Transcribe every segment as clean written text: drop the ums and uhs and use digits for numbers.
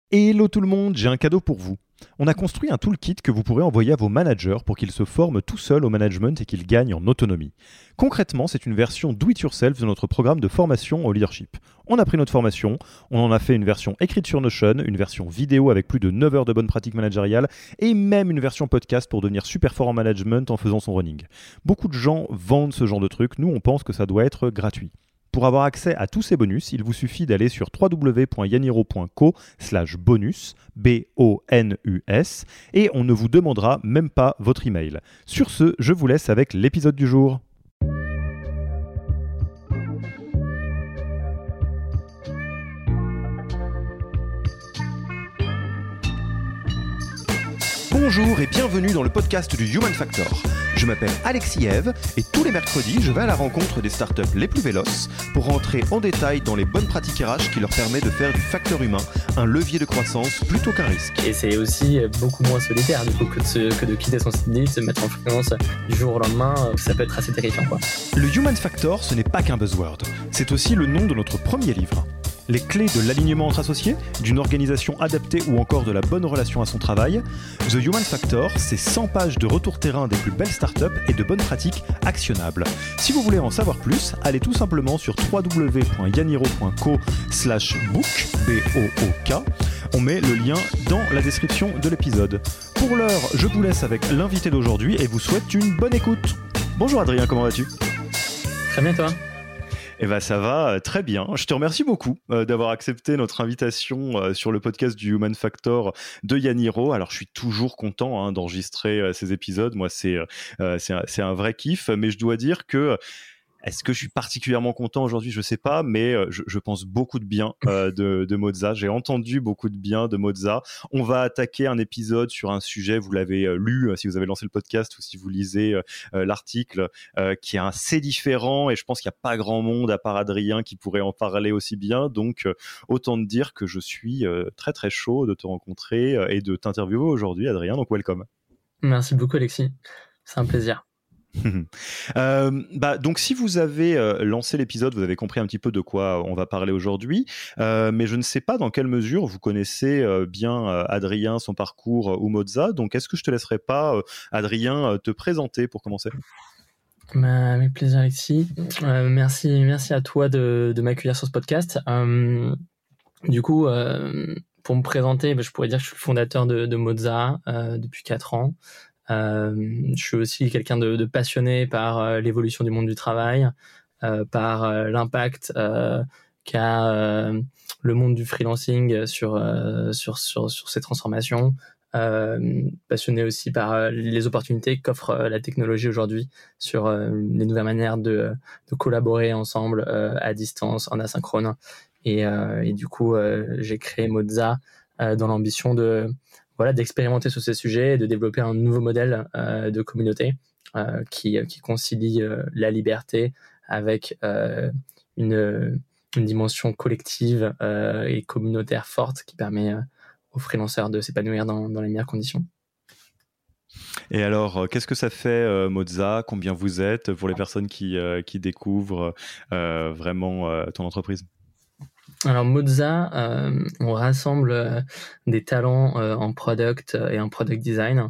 Hello tout le monde, j'ai un cadeau pour vous. On a construit un toolkit que vous pourrez envoyer à vos managers pour qu'ils se forment tout seuls au management et qu'ils gagnent en autonomie. Concrètement, c'est une version do-it-yourself de notre programme de formation au leadership. On a pris notre formation, on en a fait une version écrite sur Notion, une version vidéo avec plus de 9 heures de bonnes pratiques managériales et même une version podcast pour devenir super fort en management en faisant son running. Beaucoup de gens vendent ce genre de truc, nous on pense que ça doit être gratuit. Pour avoir accès à tous ces bonus, il vous suffit d'aller sur www.yaniro.co/bonus, B-O-N-U-S, et on ne vous demandera même pas votre email. Sur ce, je vous laisse avec l'épisode du jour. Bonjour et bienvenue dans le podcast du Human Factor. Je m'appelle Alexis Eve et tous les mercredis, je vais à la rencontre des startups les plus véloces pour rentrer en détail dans les bonnes pratiques RH qui leur permettent de faire du facteur humain un levier de croissance plutôt qu'un risque. Et c'est aussi beaucoup moins solitaire du coup que de quitter son CDI, de se mettre en freelance du jour au lendemain, ça peut être assez terrifiant, quoi. Le Human Factor, ce n'est pas qu'un buzzword, c'est aussi le nom de notre premier livre. Les clés de l'alignement entre associés, d'une organisation adaptée ou encore de la bonne relation à son travail, The Human Factor, c'est 100 pages de retour terrain des plus belles startups et de bonnes pratiques actionnables. Si vous voulez en savoir plus, allez tout simplement sur www.yaniro.co/book, B-O-O-K. On met le lien dans la description de l'épisode. Pour l'heure, je vous laisse avec l'invité d'aujourd'hui et vous souhaite une bonne écoute. Bonjour Adrien, comment vas-tu ? Très bien, toi ? Eh ben ça va très bien. Je te remercie beaucoup d'avoir accepté notre invitation sur le podcast du Human Factor de Yaniro. Alors je suis toujours content d'enregistrer ces épisodes. Moi c'est un vrai kiff, mais je dois dire que est-ce que je suis particulièrement content aujourd'hui ? Je sais pas, mais je pense beaucoup de bien de Moza. J'ai entendu beaucoup de bien de Moza. On va attaquer un épisode sur un sujet, vous l'avez lu si vous avez lancé le podcast ou si vous lisez l'article, qui est assez différent et je pense qu'il n'y a pas grand monde à part Adrien qui pourrait en parler aussi bien. Donc, autant te dire que je suis très très chaud de te rencontrer et de t'interviewer aujourd'hui, Adrien. Donc, welcome. Merci beaucoup, Alexis. C'est un plaisir. Donc si vous avez lancé l'épisode, vous avez compris un petit peu de quoi on va parler aujourd'hui, mais je ne sais pas dans quelle mesure vous connaissez bien Adrien, son parcours ou Moza, donc est-ce que je te laisserai pas, Adrien, te présenter pour commencer ? Avec plaisir, Alexis. Merci à toi de m'accueillir sur ce podcast. Du coup, pour me présenter, je pourrais dire que je suis le fondateur de Moza depuis 4 ans. Je suis aussi quelqu'un de passionné par l'évolution du monde du travail, par l'impact qu'a le monde du freelancing sur ces transformations, passionné aussi par les opportunités qu'offre la technologie aujourd'hui sur les nouvelles manières de collaborer ensemble à distance, en asynchrone. Et du coup, j'ai créé Moza dans l'ambition d'expérimenter sur ces sujets et de développer un nouveau modèle de communauté qui concilie la liberté avec une dimension collective et communautaire forte qui permet aux freelanceurs de s'épanouir dans les meilleures conditions. Et alors, qu'est-ce que ça fait Moza ? Combien vous êtes pour les personnes qui découvrent vraiment ton entreprise ? Alors Moza, on rassemble des talents en product et en product design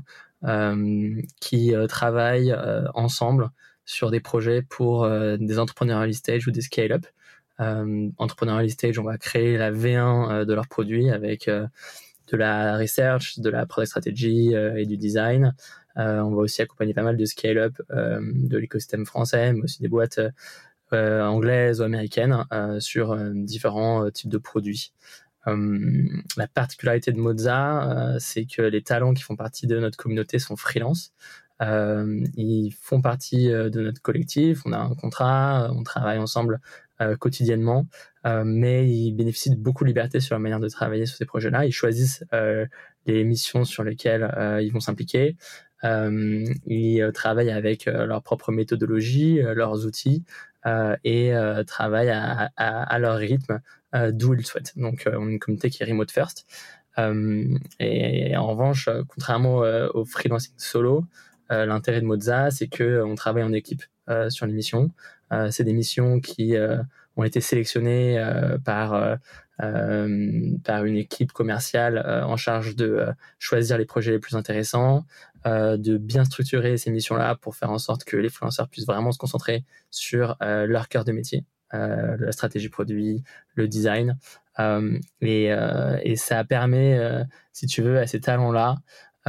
qui travaillent ensemble sur des projets pour des entrepreneurs early stage ou des scale-up. Entrepreneurs early stage, on va créer la V1 de leurs produits avec de la research, de la product strategy et du design. On va aussi accompagner pas mal de scale-up de l'écosystème français, mais aussi des boîtes anglaises ou américaines sur différents types de produits. La particularité de Moza, c'est que les talents qui font partie de notre communauté sont freelance. Ils font partie de notre collectif, on a un contrat, on travaille ensemble quotidiennement, mais ils bénéficient de beaucoup de liberté sur la manière de travailler sur ces projets-là. Ils choisissent les missions sur lesquelles ils vont s'impliquer. Ils travaillent avec leur propre méthodologie, leurs outils, et travaillent à leur rythme, d'où ils le souhaitent. Donc, on est une communauté qui est remote first. Et en revanche, contrairement au freelancing solo, l'intérêt de Moza, c'est qu'on travaille en équipe sur les missions. C'est des missions qui ont été sélectionnés par une équipe commerciale en charge de choisir les projets les plus intéressants, de bien structurer ces missions-là pour faire en sorte que les freelancers puissent vraiment se concentrer sur leur cœur de métier, la stratégie produit, le design. Et ça permet, si tu veux, à ces talents-là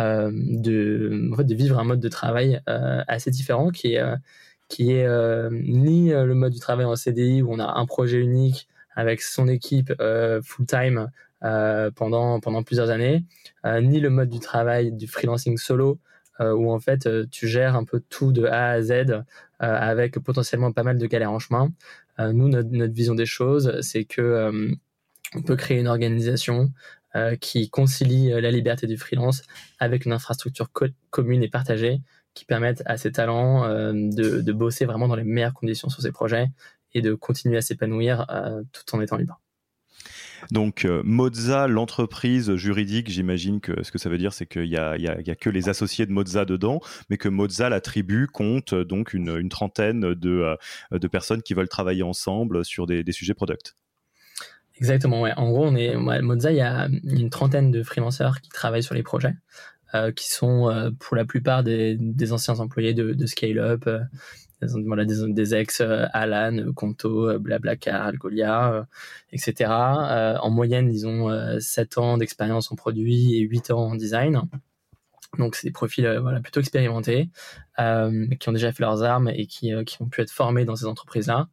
de vivre un mode de travail assez différent qui est ni le mode du travail en CDI où on a un projet unique avec son équipe full-time pendant plusieurs années, ni le mode du travail du freelancing solo où en fait tu gères un peu tout de A à Z avec potentiellement pas mal de galères en chemin. Nous, notre vision des choses, c'est que on peut créer une organisation qui concilie la liberté du freelance avec une infrastructure commune et partagée qui permettent à ces talents de bosser vraiment dans les meilleures conditions sur ces projets et de continuer à s'épanouir tout en étant libre. Donc Moza, l'entreprise juridique, j'imagine que ce que ça veut dire, c'est qu'il y a que les associés de Moza dedans, mais que Moza, la tribu, compte donc une trentaine de personnes qui veulent travailler ensemble sur des sujets product. Exactement, ouais. En gros, Moza, il y a une trentaine de freelancers qui travaillent sur les projets, qui sont pour la plupart des anciens employés de Scale-Up, des ex Alan, Conto, Blablacar, Algolia, etc. En moyenne, ils ont 7 ans d'expérience en produit et 8 ans en design. Donc, c'est des profils plutôt expérimentés, qui ont déjà fait leurs armes et qui ont pu être formés dans ces entreprises-là.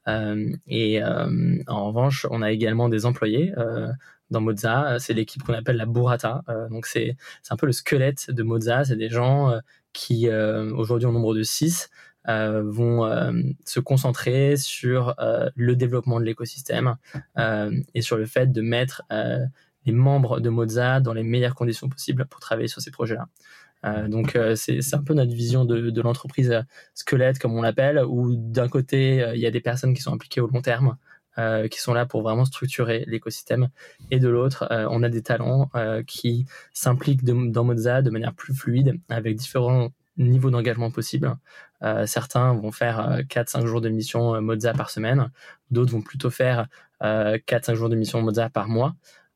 En revanche, on a également des employés dans Moza. C'est l'équipe qu'on appelle la Burrata. Donc, c'est un peu le squelette de Moza. C'est des gens qui, aujourd'hui, au nombre de 6, vont se concentrer sur le développement de l'écosystème et sur le fait de mettre les membres de Moza dans les meilleures conditions possibles pour travailler sur ces projets-là. Donc c'est un peu notre vision de l'entreprise squelette, comme on l'appelle, où d'un côté, il y a des personnes qui sont impliquées au long terme, qui sont là pour vraiment structurer l'écosystème, et de l'autre, on a des talents qui s'impliquent dans Moza de manière plus fluide, avec différents niveaux d'engagement possibles. Certains vont faire 4-5 jours de mission Moza par semaine, d'autres vont plutôt faire 4-5 jours de mission Moza par mois.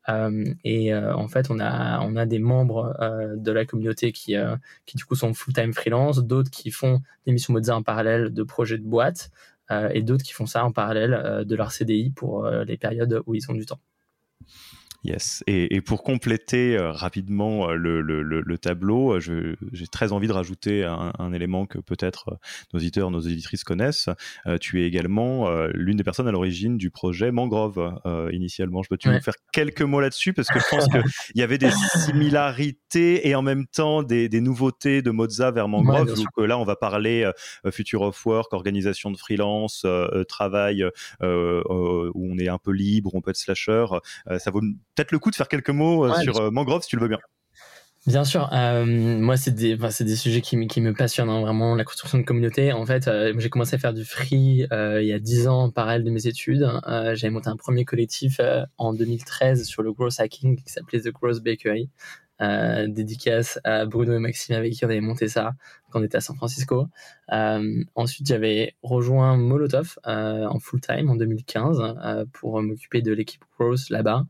En fait, on a des membres de la communauté qui du coup sont full-time freelance, d'autres qui font des missions Moza en parallèle de projets de boîte, et d'autres qui font ça en parallèle de leur CDI pour les périodes où ils ont du temps. Yes. Et pour compléter rapidement le tableau, j'ai très envie de rajouter un élément que peut-être nos auditeurs, nos auditrices connaissent. Tu es également l'une des personnes à l'origine du projet Mangrove initialement. Peux-tu nous faire quelques mots là-dessus, parce que je pense qu'il y avait des similarités et en même temps des nouveautés de Moza vers Mangrove. Donc là, on va parler Future of Work, organisation de freelance, travail où on est un peu libre, on peut être slasher. Ça vaut peut-être le coup de faire quelques mots sur Mangrove, si tu le veux bien. Bien sûr, moi c'est des sujets qui me passionnent, hein, vraiment, la construction de communauté. En fait, j'ai commencé à faire du free il y a 10 ans en parallèle de mes études. J'avais monté un premier collectif en 2013 sur le growth hacking qui s'appelait The Growth Bakery. Dédicace à Bruno et Maxime avec qui on avait monté ça quand on était à San Francisco. Ensuite, j'avais rejoint Molotov en full-time en 2015 pour m'occuper de l'équipe growth là-bas.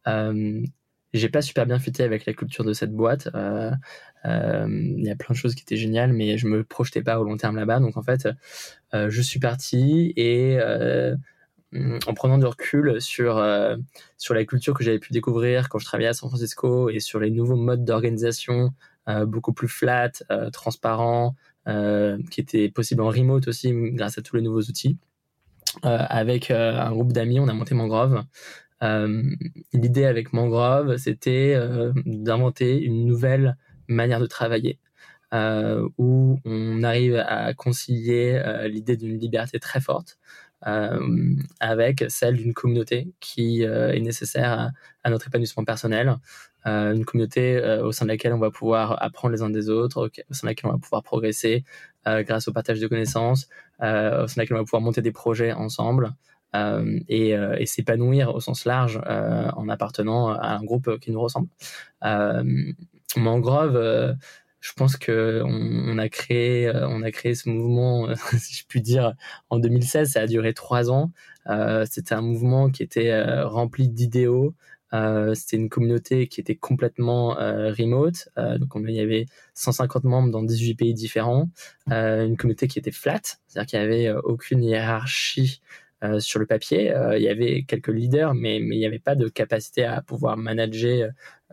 J'ai pas super bien fité avec la culture de cette boîte. Il y a plein de choses qui étaient géniales, mais je me projetais pas au long terme là-bas. Donc en fait, je suis parti et en prenant du recul sur la culture que j'avais pu découvrir quand je travaillais à San Francisco et sur les nouveaux modes d'organisation beaucoup plus flat, transparents, qui étaient possibles en remote aussi grâce à tous les nouveaux outils. Avec un groupe d'amis, on a monté Mangrove. L'idée avec Mangrove, c'était d'inventer une nouvelle manière de travailler où on arrive à concilier l'idée d'une liberté très forte avec celle d'une communauté qui est nécessaire à notre épanouissement personnel, une communauté au sein de laquelle on va pouvoir apprendre les uns des autres, au sein de laquelle on va pouvoir progresser grâce au partage de connaissances, au sein de laquelle on va pouvoir monter des projets ensemble. Et s'épanouir au sens large en appartenant à un groupe qui nous ressemble. Mangrove, je pense que on a créé ce mouvement, si je puis dire, en 2016. Ça a duré 3 ans. C'était un mouvement qui était rempli d'idéaux. C'était une communauté qui était complètement remote. Donc il y avait 150 membres dans 18 pays différents. Une communauté qui était flat, c'est-à-dire qu'il n'y avait aucune hiérarchie sur le papier. Il y avait quelques leaders, mais il n'y avait pas de capacité à pouvoir manager,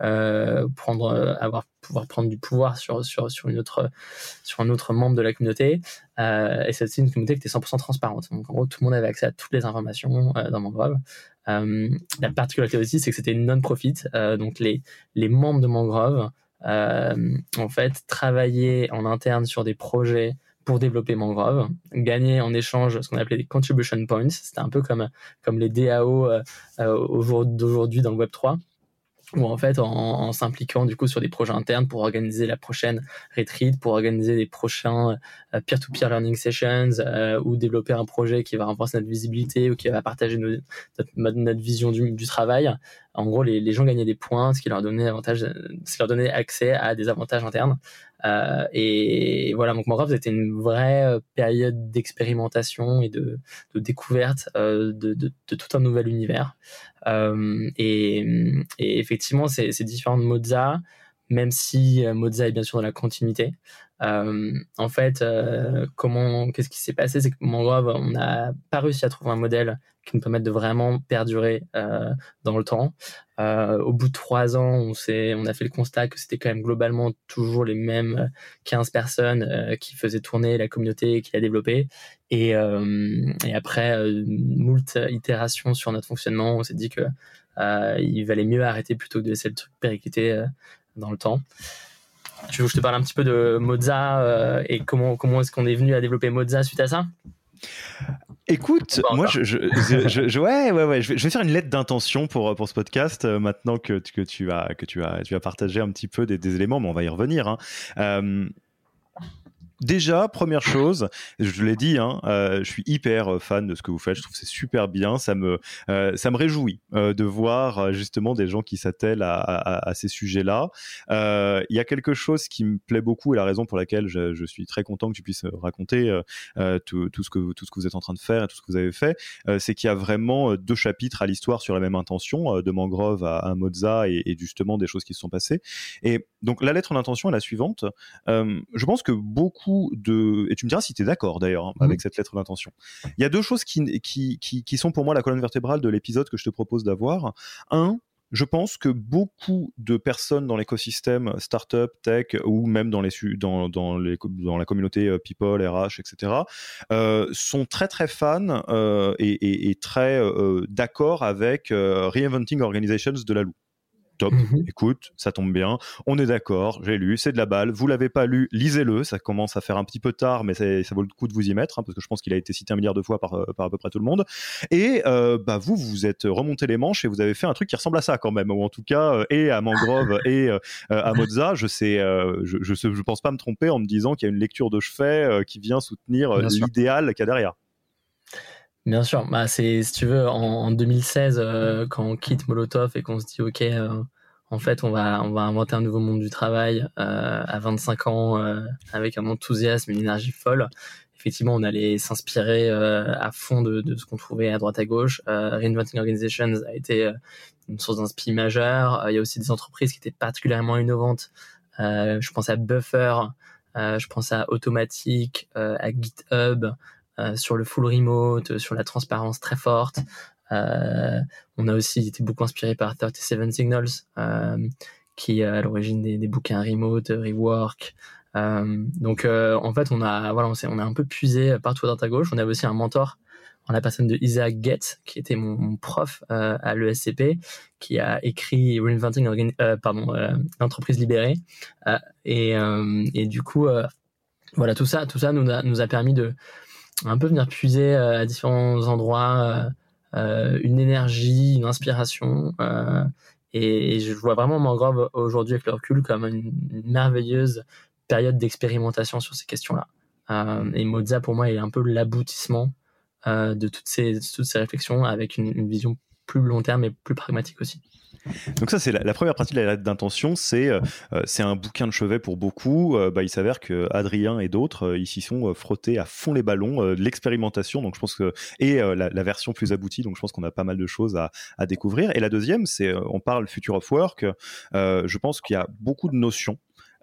pouvoir prendre du pouvoir sur un autre membre de la communauté. Et c'est aussi une communauté qui était 100% transparente. Donc en gros, tout le monde avait accès à toutes les informations dans Mangrove. La particularité aussi, c'est que c'était une non-profit. Donc les membres de Mangrove en fait travaillaient en interne sur des projets pour développer Mangrove, gagner en échange ce qu'on appelait des contribution points. C'était un peu comme les DAO d'aujourd'hui dans le Web3, où en fait, en s'impliquant du coup sur des projets internes pour organiser la prochaine retreat, pour organiser les prochains peer-to-peer learning sessions, ou développer un projet qui va renforcer notre visibilité ou qui va partager notre vision du travail. En gros, les gens gagnaient des points, ce qui leur donnait accès à des avantages internes. Et voilà, donc Mangrove, c'était une vraie période d'expérimentation et de découverte de tout un nouvel univers. Et effectivement, ces différentes Moza, même si Moza est bien sûr dans la continuité, en fait, qu'est-ce qui s'est passé, c'est que Mangrove, on n'a pas réussi à trouver un modèle qui nous permette de vraiment perdurer dans le temps. Au bout de 3 ans, on a fait le constat que c'était quand même globalement toujours les mêmes 15 personnes qui faisaient tourner la communauté, qui la développaient. Et après moult itérations sur notre fonctionnement, on s'est dit que il valait mieux arrêter plutôt que de laisser le truc péricliter dans le temps. Tu veux que je te parle un petit peu de Moza et comment est-ce qu'on est venu à développer Moza suite à ça? Écoute, moi, je vais faire une lettre d'intention pour ce podcast maintenant que tu vas partager un petit peu des éléments, mais on va y revenir. Hein. Déjà, première chose, je l'ai dit, je suis hyper fan de ce que vous faites. Je trouve que c'est super bien. Ça me réjouit de voir justement des gens qui s'attellent à ces sujets-là. Il y a quelque chose qui me plaît beaucoup et la raison pour laquelle je suis très content que tu puisses raconter tout ce que vous êtes en train de faire et tout ce que vous avez fait. C'est qu'il y a vraiment 2 chapitres à l'histoire sur la même intention, de Mangrove à Moza et justement des choses qui se sont passées. Et donc la lettre d'intention est la suivante. Je pense que beaucoup et tu me diras si tu es d'accord d'ailleurs avec cette lettre d'intention. Il y a 2 choses qui sont pour moi la colonne vertébrale de l'épisode que je te propose d'avoir. Un, je pense que beaucoup de personnes dans l'écosystème startup, tech ou même dans la communauté people, RH, etc. Sont très très fans et très d'accord avec Reinventing Organizations de Laloux. Top, écoute, ça tombe bien, on est d'accord, j'ai lu, c'est de la balle, vous l'avez pas lu, lisez-le, ça commence à faire un petit peu tard, mais ça vaut le coup de vous y mettre, parce que je pense qu'il a été cité 1 milliard de fois par à peu près tout le monde, et vous êtes remonté les manches et vous avez fait un truc qui ressemble à ça quand même, ou en tout cas, et à Mangrove et à Moza, je pense pas me tromper en me disant qu'il y a une lecture de chevet qui vient soutenir l'idéal qu'il y a derrière. Bien sûr, si tu veux, en 2016, quand on quitte Molotov et qu'on se dit ok, en fait on va inventer un nouveau monde du travail à 25 ans avec un enthousiasme, une énergie folle. Effectivement, on allait s'inspirer à fond de ce qu'on trouvait à droite à gauche. Reinventing Organizations a été une source d'inspi majeure. Il y a aussi des entreprises qui étaient particulièrement innovantes. Je pense à Buffer, je pense à Automatic, à GitHub. Sur le full remote, sur la transparence très forte. On a aussi été beaucoup inspiré par 37 Signals, qui est à l'origine des bouquins remote, rework. Donc en fait, on a un peu puisé partout à droite à gauche. On avait aussi un mentor en la personne de Isaac Getz, qui était mon prof à l'ESCP, qui a écrit Reinventing l'entreprise libérée. Et du coup, voilà, tout ça nous a permis de un peu venir puiser à différents endroits une énergie, une inspiration, et je vois vraiment Mangrove aujourd'hui avec le recul comme une merveilleuse période d'expérimentation sur ces questions-là. Et Moza pour moi est un peu l'aboutissement de toutes ces réflexions avec une vision plus long terme et plus pragmatique aussi. Donc ça, c'est la première partie de la lettre d'intention, c'est un bouquin de chevet pour beaucoup. Il s'avère que Adrien et d'autres, ils s'y sont frottés à fond les ballons, de l'expérimentation, donc je pense que la version plus aboutie, donc je pense qu'on a pas mal de choses à découvrir. Et la deuxième, c'est on parle Future of Work. Je pense qu'il y a beaucoup de notions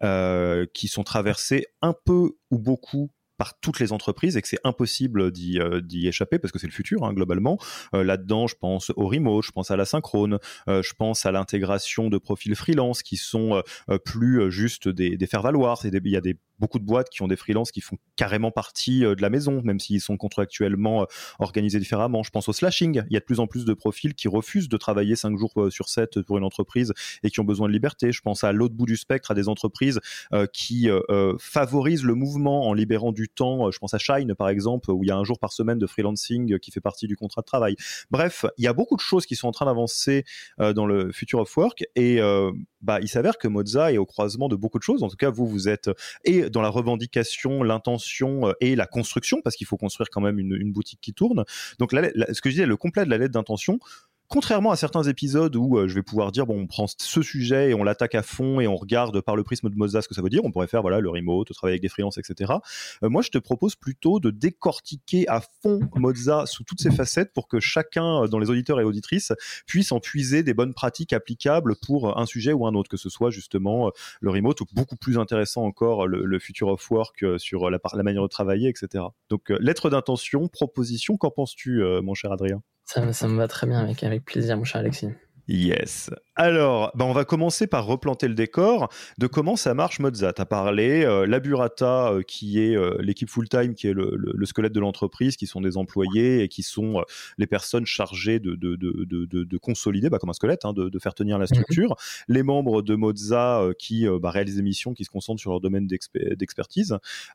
qui sont traversées un peu ou beaucoup par toutes les entreprises et que c'est impossible d'y échapper parce que c'est le futur, hein, globalement. Là-dedans, je pense au remote, je pense à l'asynchrone, je pense à l'intégration de profils freelance qui sont plus juste des faire-valoir. Il y a beaucoup de boîtes qui ont des freelances qui font carrément partie de la maison, même s'ils sont contractuellement organisés différemment. Je pense au slashing. Il y a de plus en plus de profils qui refusent de travailler 5 jours sur 7 pour une entreprise et qui ont besoin de liberté. Je pense à l'autre bout du spectre, à des entreprises qui favorisent le mouvement en libérant du temps. Je pense à Shine, par exemple, où il y a un jour par semaine de freelancing qui fait partie du contrat de travail. Bref, il y a beaucoup de choses qui sont en train d'avancer dans le Future of Work et il s'avère que Moza est au croisement de beaucoup de choses. En tout cas, vous êtes et dans la revendication, l'intention et la construction, parce qu'il faut construire quand même une boutique qui tourne. Donc ce que je disais, le complet de la lettre d'intention, contrairement à certains épisodes où je vais pouvoir dire, bon, on prend ce sujet et on l'attaque à fond et on regarde par le prisme de Moza ce que ça veut dire, on pourrait faire voilà, le remote, travailler avec des freelances, etc. Moi, je te propose plutôt de décortiquer à fond Moza sous toutes ses facettes pour que chacun, dans les auditeurs et auditrices, puisse en puiser des bonnes pratiques applicables pour un sujet ou un autre, que ce soit justement le remote ou beaucoup plus intéressant encore le Future of Work sur la manière de travailler, etc. Donc, lettre d'intention, proposition, qu'en penses-tu, mon cher Adrien ? Ça me va très bien, avec plaisir, mon cher Alexis. Yes. Alors, on va commencer par replanter le décor de comment ça marche Moza. Tu as parlé, la Burrata, qui est l'équipe full-time, qui est le squelette de l'entreprise, qui sont des employés et qui sont les personnes chargées de consolider, comme un squelette, hein, de faire tenir la structure. Les membres de Moza qui réalisent des missions qui se concentrent sur leur domaine d'expertise.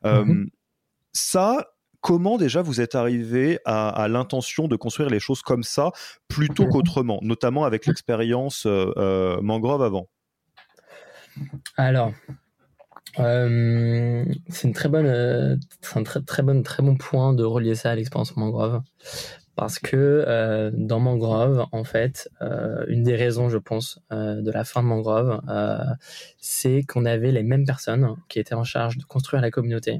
Ça... Comment déjà vous êtes arrivé à l'intention de construire les choses comme ça plutôt qu'autrement, notamment avec l'expérience Mangrove avant ? Alors, c'est une très bonne, très bon point de relier ça à l'expérience Mangrove, parce que dans Mangrove, en fait, une des raisons, je pense, de la fin de Mangrove, c'est qu'on avait les mêmes personnes qui étaient en charge de construire la communauté.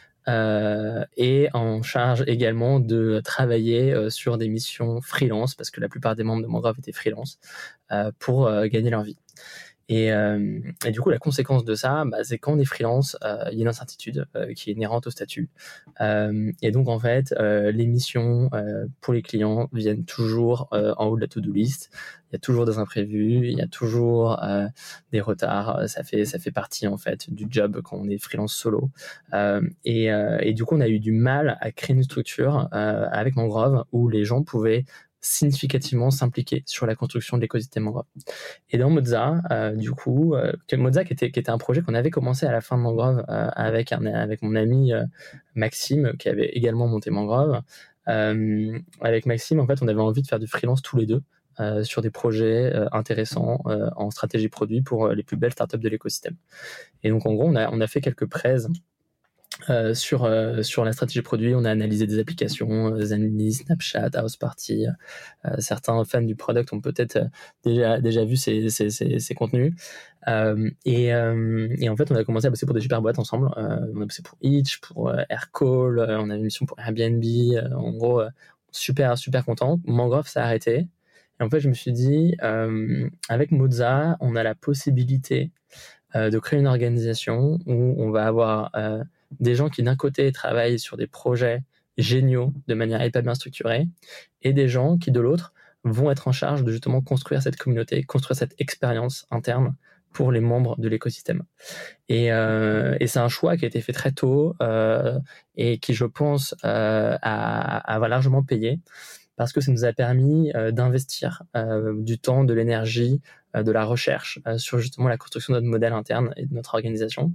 Et en charge également de travailler sur des missions freelance, parce que la plupart des membres de Mangrove étaient freelance, pour gagner leur vie. Et du coup, la conséquence de ça, c'est quand on est freelance, il y a une incertitude qui est inhérente au statut. Et donc, en fait, les missions pour les clients viennent toujours en haut de la to-do list. Il y a toujours des imprévus, il y a toujours des retards. Ça fait partie, en fait, du job quand on est freelance solo. Et du coup, on a eu du mal à créer une structure avec Mangrove où les gens pouvaient significativement s'impliquer sur la construction de l'écosystème Mangrove. Et dans Moza, Moza qui était un projet qu'on avait commencé à la fin de Mangrove avec mon ami Maxime, qui avait également monté Mangrove. Avec Maxime, en fait, on avait envie de faire du freelance tous les deux sur des projets intéressants en stratégie produit pour les plus belles startups de l'écosystème. Et donc, en gros, on a fait quelques prêts sur la stratégie produit. On a analysé des applications, Zenly, Snapchat, Houseparty. Certains fans du product ont peut-être déjà vu ces contenus. Et en fait, on a commencé à bosser pour des super boîtes ensemble. On a bossé pour Itch, pour Aircall, on a une mission pour Airbnb. En gros, super content. Mangrove s'est arrêté. Et en fait, je me suis dit, avec Moza, on a la possibilité de créer une organisation où on va avoir des gens qui d'un côté travaillent sur des projets géniaux de manière hyper bien structurée et des gens qui de l'autre vont être en charge de justement construire cette communauté, construire cette expérience interne pour les membres de l'écosystème. Et c'est un choix qui a été fait très tôt et qui, je pense, a largement payé, parce que ça nous a permis d'investir du temps, de l'énergie, de la recherche sur justement la construction de notre modèle interne et de notre organisation.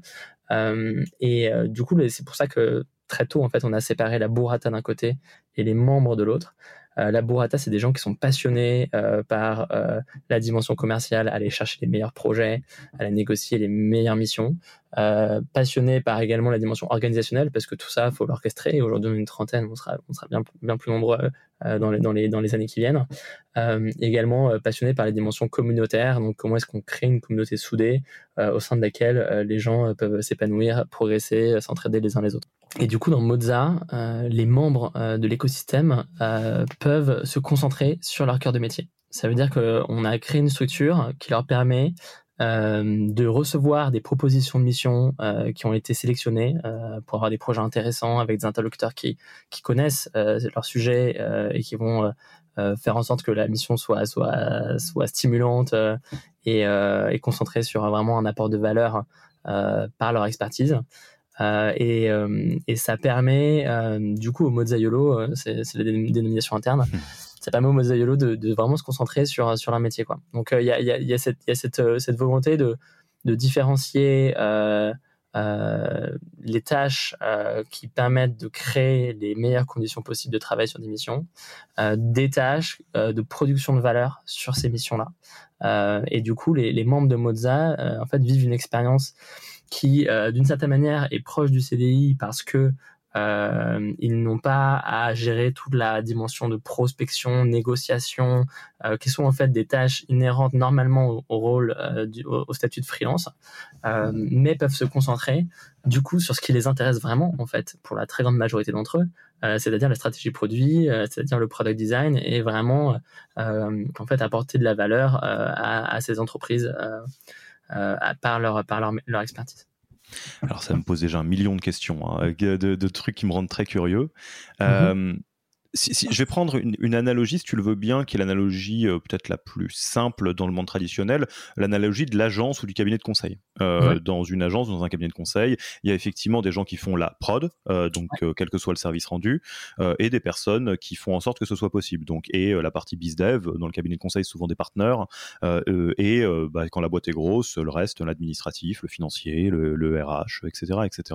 Du coup, c'est pour ça que très tôt, en fait, on a séparé la burrata d'un côté et les membres de l'autre. La burrata, c'est des gens qui sont passionnés par la dimension commerciale, aller chercher les meilleurs projets, aller négocier les meilleures missions, passionnés par également la dimension organisationnelle, parce que tout ça, il faut l'orchestrer. Et aujourd'hui, on est une trentaine, on sera bien plus nombreux dans les années qui viennent. Également passionnés par les dimensions communautaires, donc comment est-ce qu'on crée une communauté soudée au sein de laquelle les gens peuvent s'épanouir, progresser, s'entraider les uns les autres. Et du coup, dans Moza, les membres de l'écosystème peuvent se concentrer sur leur cœur de métier. Ça veut dire qu'on a créé une structure qui leur permet de recevoir des propositions de mission qui ont été sélectionnées pour avoir des projets intéressants avec des interlocuteurs qui connaissent leur sujet et qui vont faire en sorte que la mission soit stimulante et concentrée sur vraiment un apport de valeur par leur expertise. Et ça permet du coup au Mozzaiolo, c'est la dénomination interne, ça permet au Mozzaiolo de vraiment se concentrer sur leur métier, quoi. Donc il y a cette volonté de différencier les tâches qui permettent de créer les meilleures conditions possibles de travail sur des missions, des tâches de production de valeur sur ces missions-là. Et du coup, les membres de Moza en fait vivent une expérience qui, d'une certaine manière, est proche du CDI parce que ils n'ont pas à gérer toute la dimension de prospection, négociation, qui sont en fait des tâches inhérentes normalement au rôle, au statut de freelance, mais peuvent se concentrer du coup sur ce qui les intéresse vraiment en fait pour la très grande majorité d'entre eux, c'est-à-dire la stratégie produit, c'est-à-dire le product design et vraiment en fait apporter de la valeur à ces entreprises par leur expertise. Alors ça me pose déjà un million de questions, hein, de trucs qui me rendent très curieux. Je vais prendre une analogie, si tu le veux bien, qui est l'analogie peut-être la plus simple dans le monde traditionnel, l'analogie de l'agence ou du cabinet de conseil. Dans une agence, dans un cabinet de conseil, il y a effectivement des gens qui font la prod, quel que soit le service rendu, et des personnes qui font en sorte que ce soit possible. Et la partie bizdev, dans le cabinet de conseil, souvent des partenaires, quand la boîte est grosse, le reste, l'administratif, le financier, le RH, etc. etc.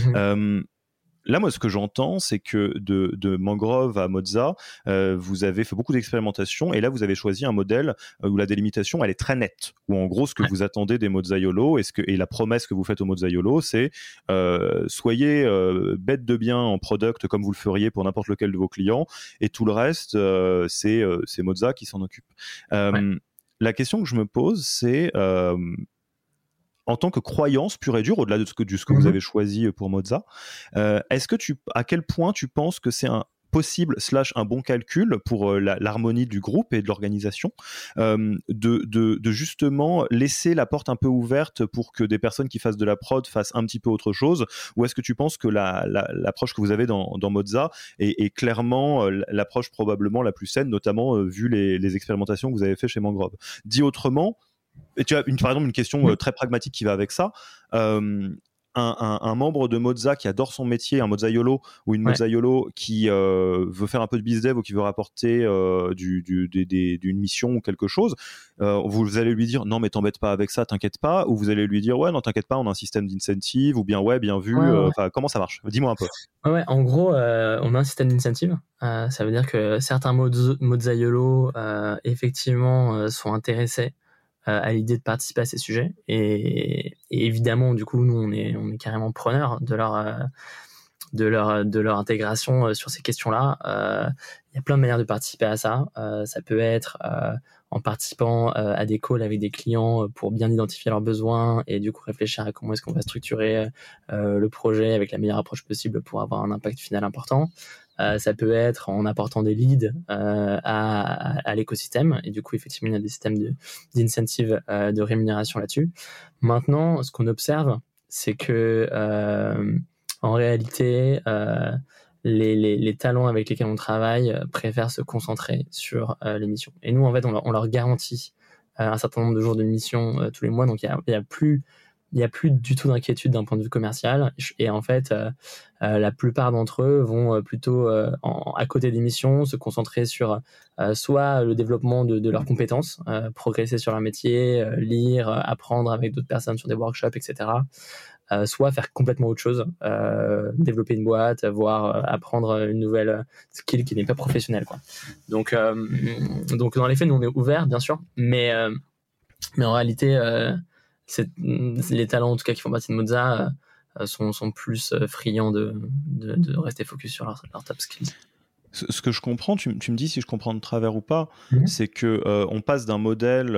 Là, moi, ce que j'entends, c'est que de Mangrove à Moza, vous avez fait beaucoup d'expérimentations et là, vous avez choisi un modèle où la délimitation, elle est très nette. Où en gros, ce que vous attendez des Mozzaiolo et la promesse que vous faites aux Mozzaiolo, c'est soyez bête de bien en product comme vous le feriez pour n'importe lequel de vos clients et tout le reste, c'est Moza qui s'en occupe. La question que je me pose, c'est en tant que croyance pure et dure, au-delà de ce que vous avez choisi pour Moza, à quel point tu penses que c'est un possible / un bon calcul pour l'harmonie du groupe et de l'organisation, de justement laisser la porte un peu ouverte pour que des personnes qui fassent de la prod fassent un petit peu autre chose, ou est-ce que tu penses que l'approche que vous avez dans Moza est clairement l'approche probablement la plus saine, notamment vu les expérimentations que vous avez fait chez Mangrove? Dit autrement, et tu as par exemple une question très pragmatique qui va avec ça. Un membre de Moza qui adore son métier, un Mozzaiolo ou une Mozzaiolo qui veut faire un peu de bizdev ou qui veut rapporter d'une mission ou quelque chose, vous allez lui dire non mais t'embête pas avec ça, t'inquiète pas, ou vous allez lui dire ouais non t'inquiète pas, on a un système d'incentive, ou bien ouais bien vu, comment ça marche? Dis-moi un peu. En gros, on a un système d'incentive. Ça veut dire que certains Mozzaiolo effectivement sont intéressés à l'idée de participer à ces sujets et évidemment du coup nous on est carrément preneurs de leur intégration sur ces questions-là. Il y a plein de manières de participer à ça. Ça peut être en participant à des calls avec des clients pour bien identifier leurs besoins et du coup réfléchir à comment est-ce qu'on va structurer le projet avec la meilleure approche possible pour avoir un impact final important. Ça peut être en apportant des leads à l'écosystème et du coup effectivement il y a des systèmes d'incentive de rémunération là-dessus. Maintenant, ce qu'on observe, c'est que en réalité les talents avec lesquels on travaille préfèrent se concentrer sur les missions. Et nous en fait on leur garantit un certain nombre de jours de missions tous les mois, donc il y a plus du tout d'inquiétude d'un point de vue commercial. Et en fait, la plupart d'entre eux vont plutôt, à côté des missions, se concentrer sur soit le développement de leurs compétences, progresser sur leur métier, lire, apprendre avec d'autres personnes sur des workshops, etc. soit faire complètement autre chose, développer une boîte, voire apprendre une nouvelle skill qui n'est pas professionnelle, quoi. Donc dans les faits, nous on est ouvert, bien sûr, mais en réalité, les talents en tout cas qui font partie de Moza sont plus friands de rester focus sur leur top skills. Ce que je comprends, tu me dis si je comprends de travers ou pas, c'est que on passe d'un modèle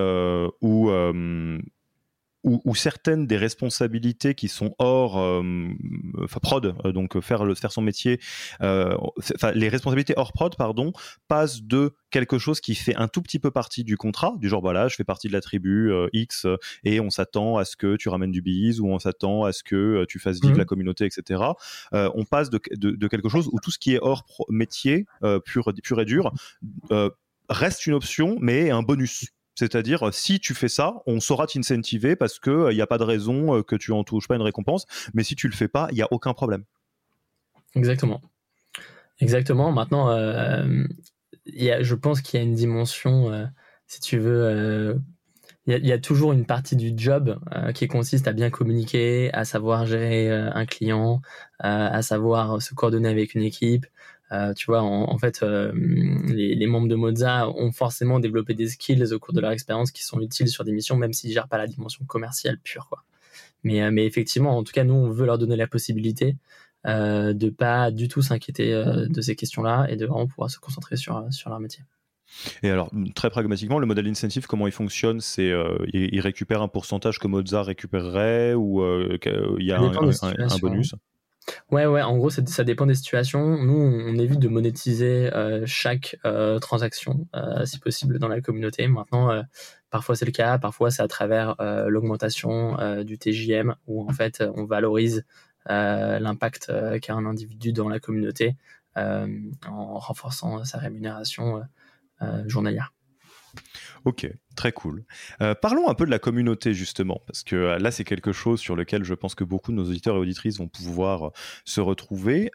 où certaines des responsabilités qui sont hors prod, donc faire son métier, les responsabilités hors prod, pardon, passent de quelque chose qui fait un tout petit peu partie du contrat, du genre voilà, je fais partie de la tribu X et on s'attend à ce que tu ramènes du bise ou on s'attend à ce que tu fasses vivre la communauté, etc. On passe de quelque chose où tout ce qui est hors métier pur et dur reste une option mais un bonus. C'est-à-dire, si tu fais ça, on saura t'incentiver parce qu'il n'y a pas de raison que tu en touches pas une récompense. Mais si tu le fais pas, il n'y a aucun problème. Exactement. Maintenant, je pense qu'il y a une dimension, si tu veux, il y a toujours une partie du job qui consiste à bien communiquer, à savoir gérer un client, à savoir se coordonner avec une équipe. Tu vois, en fait, les membres de Moza ont forcément développé des skills au cours de leur expérience qui sont utiles sur des missions, même s'ils ne gèrent pas la dimension commerciale pure, quoi. Mais effectivement, en tout cas, nous, on veut leur donner la possibilité de pas du tout s'inquiéter de ces questions-là et de vraiment pouvoir se concentrer sur leur métier. Et alors, très pragmatiquement, le modèle incentive, comment il fonctionne? C'est il récupère un pourcentage que Moza récupérerait ou il y a un bonus? Ouais, en gros, ça dépend des situations. Nous, on évite de monétiser chaque transaction, si possible, dans la communauté. Maintenant, parfois c'est le cas, parfois c'est à travers l'augmentation du TJM, où en fait, on valorise l'impact qu'a un individu dans la communauté en renforçant sa rémunération journalière. Ok, très cool. Parlons un peu de la communauté justement, parce que là c'est quelque chose sur lequel je pense que beaucoup de nos auditeurs et auditrices vont pouvoir se retrouver.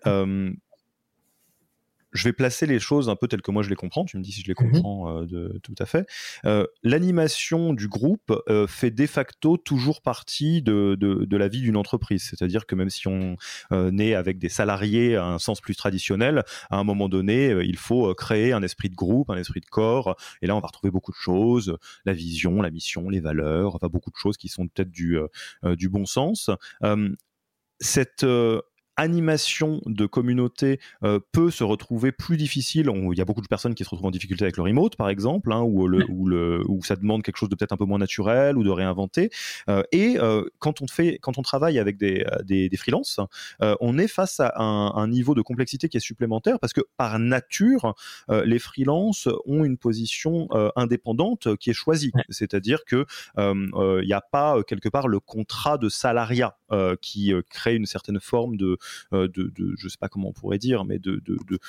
Je vais placer les choses un peu telles que moi je les comprends, tu me dis si je les comprends tout à fait. L'animation du groupe fait de facto toujours partie de la vie d'une entreprise, c'est-à-dire que même si on est avec des salariés à un sens plus traditionnel, à un moment donné, il faut créer un esprit de groupe, un esprit de corps, et là on va retrouver beaucoup de choses, la vision, la mission, les valeurs, enfin beaucoup de choses qui sont peut-être du bon sens. Cette animation de communauté peut se retrouver plus difficile. Il y a beaucoup de personnes qui se retrouvent en difficulté avec le remote, par exemple, hein, où ça demande quelque chose de peut-être un peu moins naturel ou de réinventer. Quand on travaille avec des freelances, on est face à un niveau de complexité qui est supplémentaire parce que par nature, les freelances ont une position indépendante qui est choisie. Ouais. C'est-à-dire que il n'y a pas quelque part le contrat de salariat qui crée une certaine forme de je sais pas comment on pourrait dire, mais de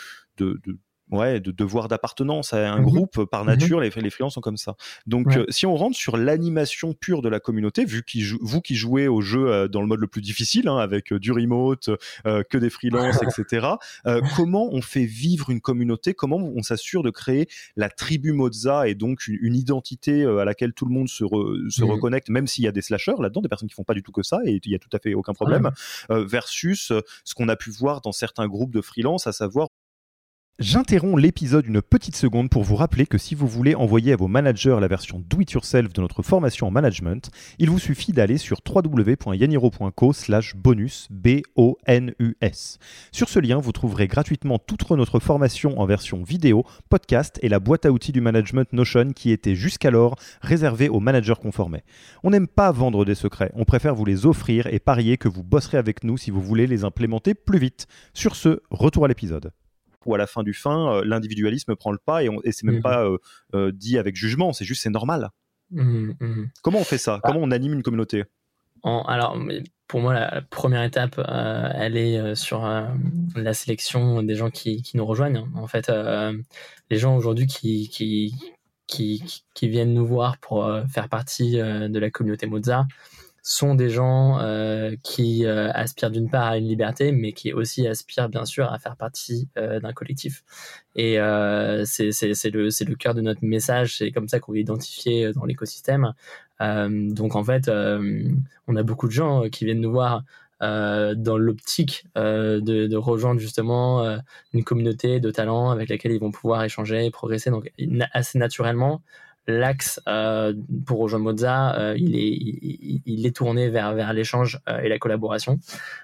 devoir d'appartenance à un groupe par nature. Les freelances sont comme ça. Donc si on rentre sur l'animation pure de la communauté, vous qui jouez au jeu dans le mode le plus difficile, hein, avec du remote, que des freelances, etc. Comment on fait vivre une communauté? Comment on s'assure de créer la tribu Moza et donc une identité à laquelle tout le monde se reconnecte, même s'il y a des slashers là-dedans, des personnes qui font pas du tout que ça, et il y a tout à fait aucun problème, versus ce qu'on a pu voir dans certains groupes de freelance, à savoir. J'interromps l'épisode une petite seconde pour vous rappeler que si vous voulez envoyer à vos managers la version do-it-yourself de notre formation en management, il vous suffit d'aller sur www.yaniro.co/bonus, BONUS. Sur ce lien, vous trouverez gratuitement toute notre formation en version vidéo, podcast et la boîte à outils du management Notion qui était jusqu'alors réservée aux managers conformés. On n'aime pas vendre des secrets, on préfère vous les offrir et parier que vous bosserez avec nous si vous voulez les implémenter plus vite. Sur ce, retour à l'épisode. Ou à la fin du l'individualisme prend le pas et c'est même pas dit avec jugement, c'est juste c'est normal. Comment on fait ça? Comment on anime une communauté? Alors, pour moi, la première étape, elle est sur la sélection des gens qui nous rejoignent. En fait, les gens aujourd'hui qui viennent nous voir pour faire partie de la communauté Moza sont des gens qui aspirent d'une part à une liberté, mais qui aussi aspirent bien sûr à faire partie d'un collectif. Et c'est le cœur de notre message, c'est comme ça qu'on est identifié dans l'écosystème. Donc en fait, on a beaucoup de gens qui viennent nous voir dans l'optique de rejoindre justement une communauté de talents avec laquelle ils vont pouvoir échanger et progresser. Donc assez naturellement, l'axe pour rejoindre Moza, il est tourné vers l'échange et la collaboration.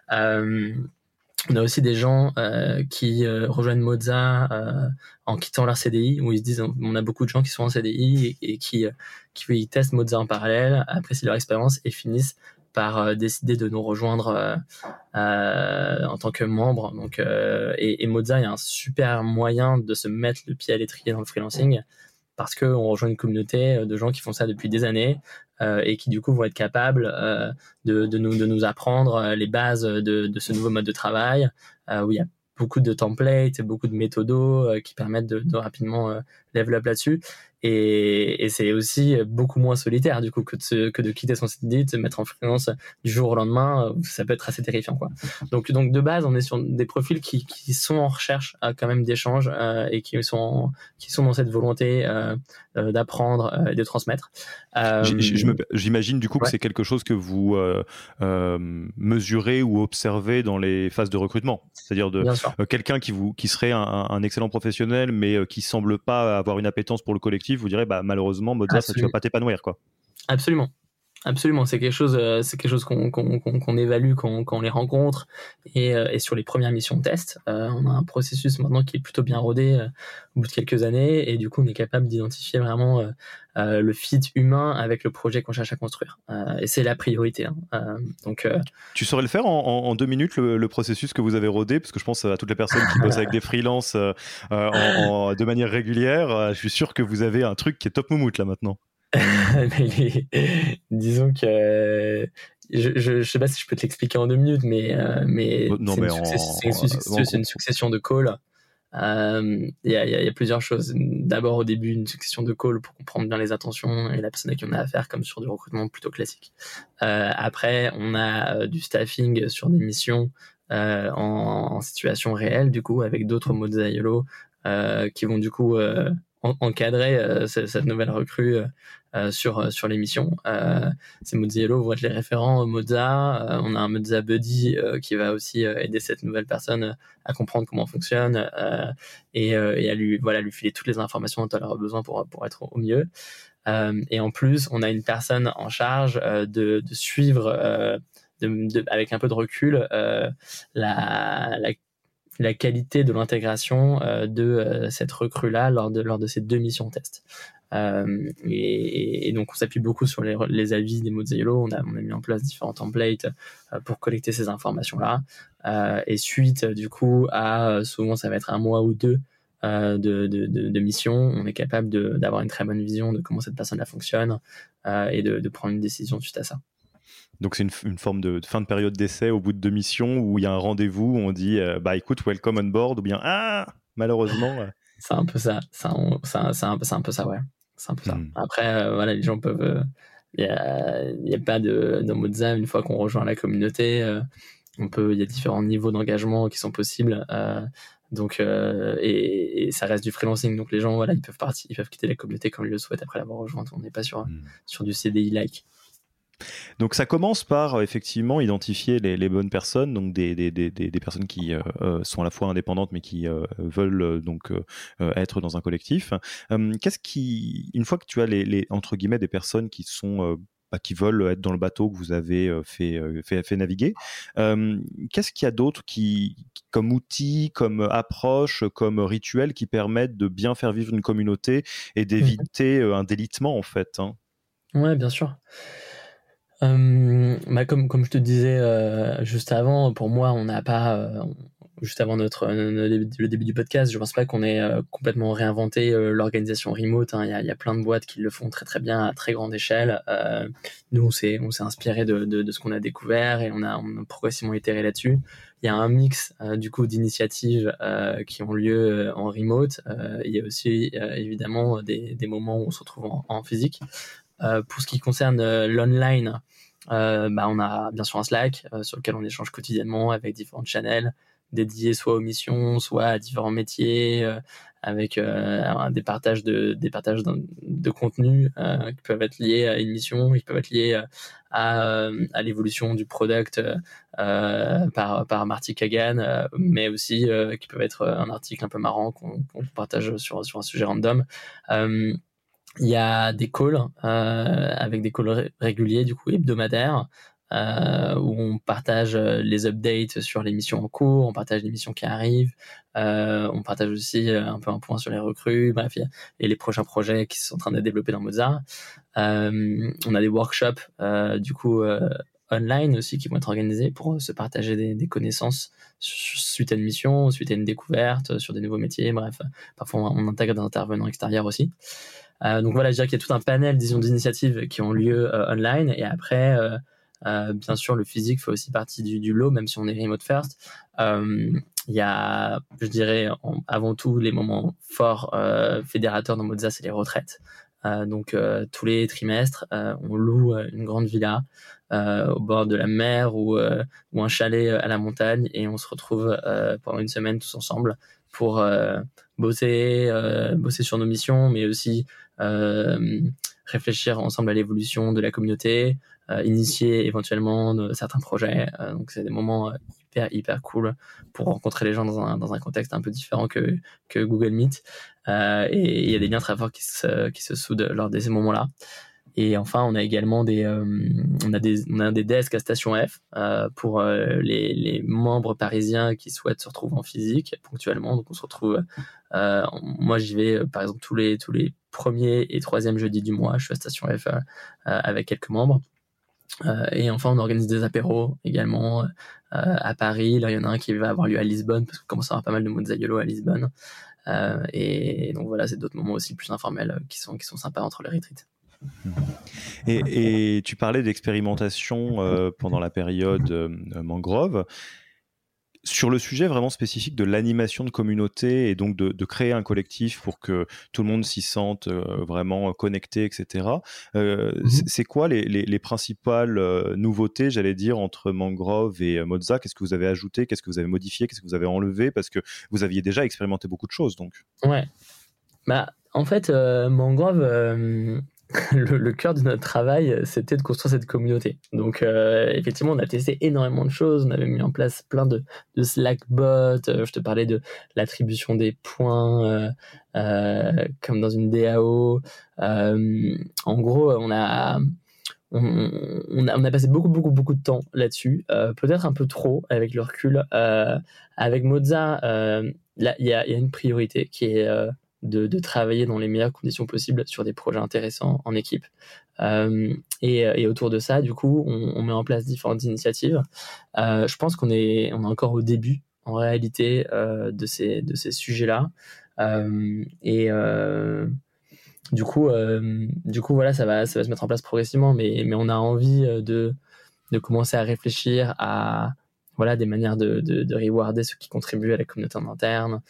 On a aussi des gens qui rejoignent Moza en quittant leur CDI, où ils se disent, on a beaucoup de gens qui sont en CDI et qui testent Moza en parallèle, apprécient leur expérience et finissent par décider de nous rejoindre en tant que membre. Donc, et Moza est un super moyen de se mettre le pied à l'étrier dans le freelancing, parce qu'on rejoint une communauté de gens qui font ça depuis des années et qui du coup vont être capables de nous apprendre les bases de ce nouveau mode de travail, où il y a beaucoup de templates, beaucoup de méthodos qui permettent de rapidement level up là-dessus. Et c'est aussi beaucoup moins solitaire du coup que de quitter son CDI, de se mettre en freelance du jour au lendemain. Ça peut être assez terrifiant, quoi. Donc de base, on est sur des profils qui sont en recherche quand même d'échanges et qui sont dans cette volonté d'apprendre et de transmettre. J'imagine du coup que c'est quelque chose que vous mesurez ou observez dans les phases de recrutement, c'est-à-dire quelqu'un qui serait un excellent professionnel mais qui semble pas avoir une appétence pour le collectif, vous direz malheureusement Moza, ça tu vas pas t'épanouir, quoi. Absolument, c'est quelque chose qu'on évalue quand on les rencontre et sur les premières missions de test. On a un processus maintenant qui est plutôt bien rodé au bout de quelques années, et du coup on est capable d'identifier vraiment le fit humain avec le projet qu'on cherche à construire, et c'est la priorité, donc tu saurais le faire en 2 minutes, le processus que vous avez rodé, parce que je pense à toutes les personnes qui bossent avec des freelances de manière régulière. Je suis sûr que vous avez un truc qui est top moumoute là maintenant. Disons que je sais pas si je peux te l'expliquer en 2 minutes, mais c'est une succession de calls. Il y a plusieurs choses. D'abord, au début, une succession de calls pour comprendre bien les intentions et la personne à qui on a affaire, comme sur du recrutement plutôt classique. Après, on a du staffing sur des missions en situation réelle, du coup, avec d'autres Moza YOLO qui vont du coup encadrer cette nouvelle recrue sur les missions. Ces Moza YOLO vont être les référents Moza. On a un Moza Buddy qui va aussi aider cette nouvelle personne à comprendre comment on fonctionne et à lui filer toutes les informations dont elle aura besoin pour être au mieux. Et en plus, on a une personne en charge de suivre avec un peu de recul la qualité de l'intégration de cette recrue-là lors de ces 2 missions test. Et donc on s'appuie beaucoup sur les avis des Moza YOLO. On a mis en place différents templates pour collecter ces informations-là. Et suite du coup à souvent ça va être 1 mois ou 2 de mission, on est capable d'avoir une très bonne vision de comment cette personne-là fonctionne et de prendre une décision suite à ça. Donc c'est une forme de fin de période d'essai au bout de 2 missions où il y a un rendez-vous où on dit écoute, welcome on board, ou bien malheureusement. C'est un peu ça. C'est un peu ça, ouais. C'est un peu ça. Après, les gens peuvent. Il y a pas de Moza une fois qu'on rejoint la communauté. Il y a différents niveaux d'engagement qui sont possibles. Donc et ça reste du freelancing. Donc les gens, ils peuvent quitter la communauté comme ils le souhaitent après l'avoir rejointe. On n'est pas sur du CDI-like. Donc ça commence par effectivement identifier les bonnes personnes, donc des personnes qui sont à la fois indépendantes mais qui veulent être dans un collectif. Une fois que tu as les entre guillemets des personnes qui sont qui veulent être dans le bateau que vous avez fait naviguer, qu'est-ce qu'il y a d'autre comme outil, comme approche, comme rituel qui permettent de bien faire vivre une communauté et d'éviter un délitement en fait, hein. Ouais, bien sûr. Comme je te disais juste avant, pour moi, on n'a pas juste avant le début du podcast, je pense pas qu'on ait complètement réinventé l'organisation remote, hein. Il y a plein de boîtes qui le font très très bien à très grande échelle. Nous, on s'est inspiré de ce qu'on a découvert et on a progressivement itéré là-dessus. Il y a un mix du coup d'initiatives qui ont lieu en remote. Il y a aussi évidemment des moments où on se retrouve en physique. Pour ce qui concerne l'online, on a bien sûr un Slack sur lequel on échange quotidiennement avec différentes channels dédiés soit aux missions, soit à différents métiers, avec des partages de contenu qui peuvent être liés à une mission, qui peuvent être liés à l'évolution du product par Marty Kagan, mais aussi qui peuvent être un article un peu marrant qu'on partage sur un sujet random. Il y a des calls avec des calls réguliers, du coup hebdomadaires, où on partage les updates sur les missions en cours, on partage les missions qui arrivent, on partage aussi un peu un point sur les recrues, bref, et les prochains projets qui sont en train d'être développés dans Mozart. On a des workshops du coup online aussi qui vont être organisés pour se partager des connaissances suite à une mission, suite à une découverte, sur des nouveaux métiers, bref. Parfois on intègre des intervenants extérieurs aussi. Donc voilà, je dirais qu'il y a tout un panel, disons, d'initiatives qui ont lieu online, et après bien sûr le physique fait aussi partie du lot, même si on est remote first. Il y a, je dirais, avant tout les moments forts fédérateurs dans Mozza, c'est les retraites. Donc tous les trimestres on loue une grande villa au bord de la mer ou un chalet à la montagne, et on se retrouve pendant une semaine tous ensemble pour bosser sur nos missions, mais aussi réfléchir ensemble à l'évolution de la communauté, initier éventuellement certains projets. Donc c'est des moments hyper cool pour rencontrer les gens dans un contexte un peu différent que Google Meet. Et il y a des liens très forts qui se soudent lors de ces moments-là. Et enfin, on a également des desks à Station F pour les membres parisiens qui souhaitent se retrouver en physique ponctuellement. Donc on se retrouve, moi j'y vais par exemple tous les premiers et troisièmes jeudis du mois. Je suis à Station F avec quelques membres. Et enfin, on organise des apéros également à Paris. Là, il y en a un qui va avoir lieu à Lisbonne, parce qu'on commence à avoir pas mal de mozzaiolo à Lisbonne. Et donc voilà, c'est d'autres moments aussi plus informels qui sont sympas entre les retreats. Et tu parlais d'expérimentation pendant la période mangrove. Sur le sujet vraiment spécifique de l'animation de communauté, et donc de créer un collectif pour que tout le monde s'y sente vraiment connecté, etc. C'est quoi les principales nouveautés, j'allais dire, entre Mangrove et Mozza? Qu'est-ce que vous avez ajouté? Qu'est-ce que vous avez modifié? Qu'est-ce que vous avez enlevé? Parce que vous aviez déjà expérimenté beaucoup de choses, donc. Ouais. Bah, en fait, Mangrove, le cœur de notre travail, c'était de construire cette communauté. Donc, effectivement, on a testé énormément de choses. On avait mis en place plein de Slack-bots. Je te parlais de l'attribution des points, comme dans une DAO. En gros, on a passé beaucoup de temps là-dessus. Peut-être un peu trop avec le recul. Avec Mozza, là, il y a une priorité qui est de travailler dans les meilleures conditions possibles sur des projets intéressants en équipe. Et autour de ça, du coup, on met en place différentes initiatives. Je pense qu'on est encore au début, en réalité, de ces sujets-là. Du coup, voilà, ça va se mettre en place progressivement, mais on a envie de commencer à réfléchir à voilà, des manières de rewarder ceux qui contribuent à la communauté en interne.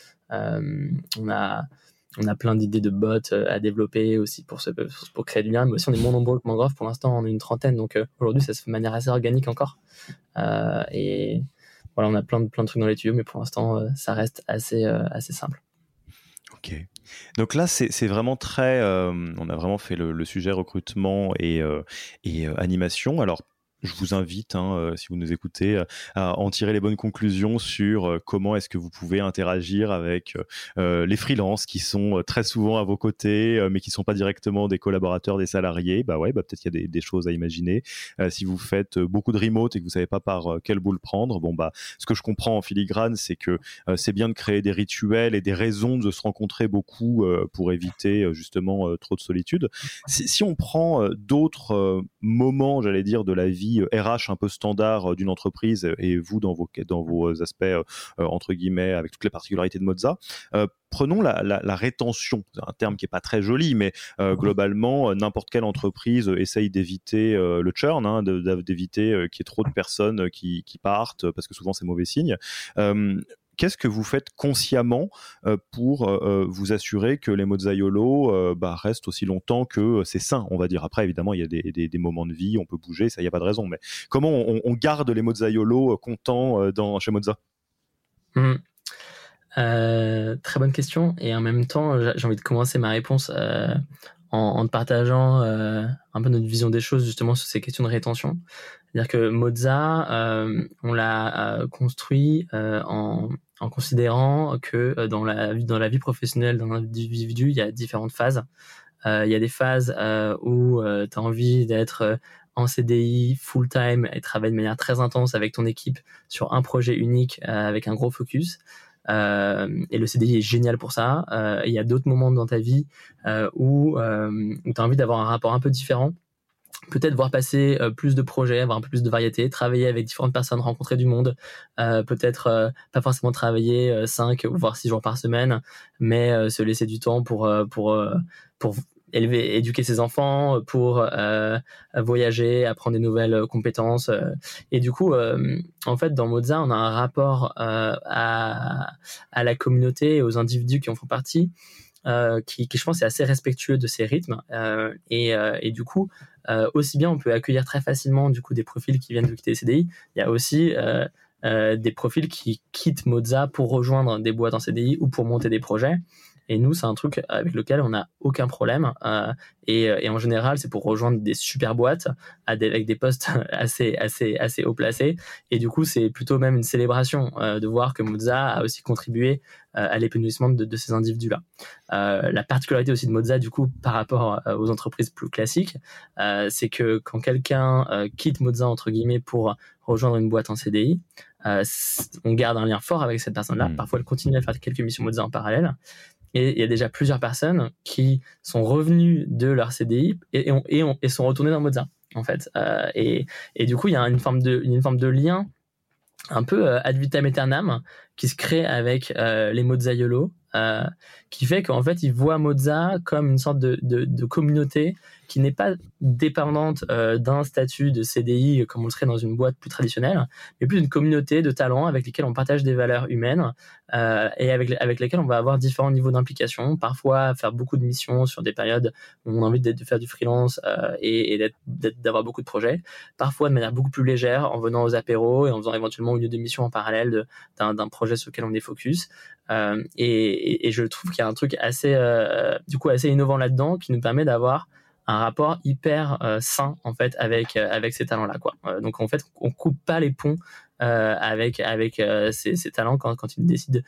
On a plein d'idées de bots à développer aussi pour créer du lien, mais aussi on est moins nombreux que Mangrove. Pour l'instant, on est une trentaine, donc aujourd'hui, ça se fait de manière assez organique encore. Et voilà, on a plein de trucs dans les tuyaux, mais pour l'instant, ça reste assez simple. Ok. Donc là, c'est vraiment très... on a vraiment fait le sujet recrutement et animation. Alors, je vous invite, si vous nous écoutez, à en tirer les bonnes conclusions sur comment est-ce que vous pouvez interagir avec les freelances qui sont très souvent à vos côtés, mais qui ne sont pas directement des collaborateurs, des salariés. Peut-être qu'il y a des choses à imaginer. Si vous faites beaucoup de remote et que vous ne savez pas par quel bout le prendre, ce que je comprends en filigrane, c'est que c'est bien de créer des rituels et des raisons de se rencontrer beaucoup pour éviter justement trop de solitude. Si on prend d'autres moments, j'allais dire, de la vie RH un peu standard d'une entreprise, et vous dans vos aspects entre guillemets avec toutes les particularités de Mozza, prenons la rétention. C'est un terme qui est pas très joli, mais globalement n'importe quelle entreprise essaye d'éviter le churn, d'éviter qu'il y ait trop de personnes qui partent, parce que souvent c'est mauvais signe. Qu'est-ce que vous faites consciemment pour vous assurer que les mozzaiolo restent aussi longtemps que c'est sain, on va dire. Après, évidemment, il y a des moments de vie, on peut bouger, ça, il n'y a pas de raison. Mais comment on garde les mozzaiolo contents chez Mozza? Très bonne question, et en même temps j'ai envie de commencer ma réponse en te partageant un peu notre vision des choses justement sur ces questions de rétention. C'est-à-dire que Moza, on l'a construit en considérant que dans la vie professionnelle d'un individu, il y a différentes phases. Il y a des phases où tu as envie d'être en CDI full-time et travailler de manière très intense avec ton équipe sur un projet unique avec un gros focus. Et le CDI est génial pour ça. Il y a d'autres moments dans ta vie où tu as envie d'avoir un rapport un peu différent. Peut-être voir passer plus de projets, avoir un peu plus de variété, travailler avec différentes personnes, rencontrer du monde, peut-être pas forcément travailler 5 ou voire 6 jours par semaine, mais se laisser du temps pour éduquer ses enfants, pour voyager, apprendre des nouvelles compétences. Et du coup, en fait, dans Moza, on a un rapport à la communauté et aux individus qui en font partie, qui je pense est assez respectueux de ces rythmes, et du coup aussi bien on peut accueillir très facilement du coup des profils qui viennent de quitter les CDI. Il y a aussi des profils qui quittent Moza pour rejoindre des boîtes en CDI ou pour monter des projets. Et nous, c'est un truc avec lequel on n'a aucun problème. Et en général, c'est pour rejoindre des super boîtes avec des postes assez haut placés. Et du coup, c'est plutôt même une célébration de voir que Moza a aussi contribué à l'épanouissement de ces individus-là. La particularité aussi de Moza, du coup, par rapport aux entreprises plus classiques, c'est que quand quelqu'un quitte Moza, entre guillemets, pour rejoindre une boîte en CDI, on garde un lien fort avec cette personne-là. Parfois, elle continue à faire quelques missions Moza en parallèle. Et il y a déjà plusieurs personnes qui sont revenues de leur CDI et sont retournées dans Moza, en fait. Et du coup, il y a une forme de lien un peu ad vitam aeternam qui se crée avec les Mozaiolos, qui fait qu'en fait, ils voient Moza comme une sorte de communauté qui n'est pas dépendante d'un statut de CDI comme on le serait dans une boîte plus traditionnelle, mais plus une communauté de talents avec lesquels on partage des valeurs humaines et avec lesquels on va avoir différents niveaux d'implication, parfois faire beaucoup de missions sur des périodes où on a envie de faire du freelance et d'avoir beaucoup de projets, parfois de manière beaucoup plus légère en venant aux apéros et en faisant éventuellement une ou deux missions en parallèle d'un projet sur lequel on est focus. Et je trouve qu'il y a un truc assez innovant là-dedans qui nous permet d'avoir un rapport hyper sain en fait avec ces talents-là, quoi. Donc en fait, on coupe pas les ponts avec ces talents quand ils décident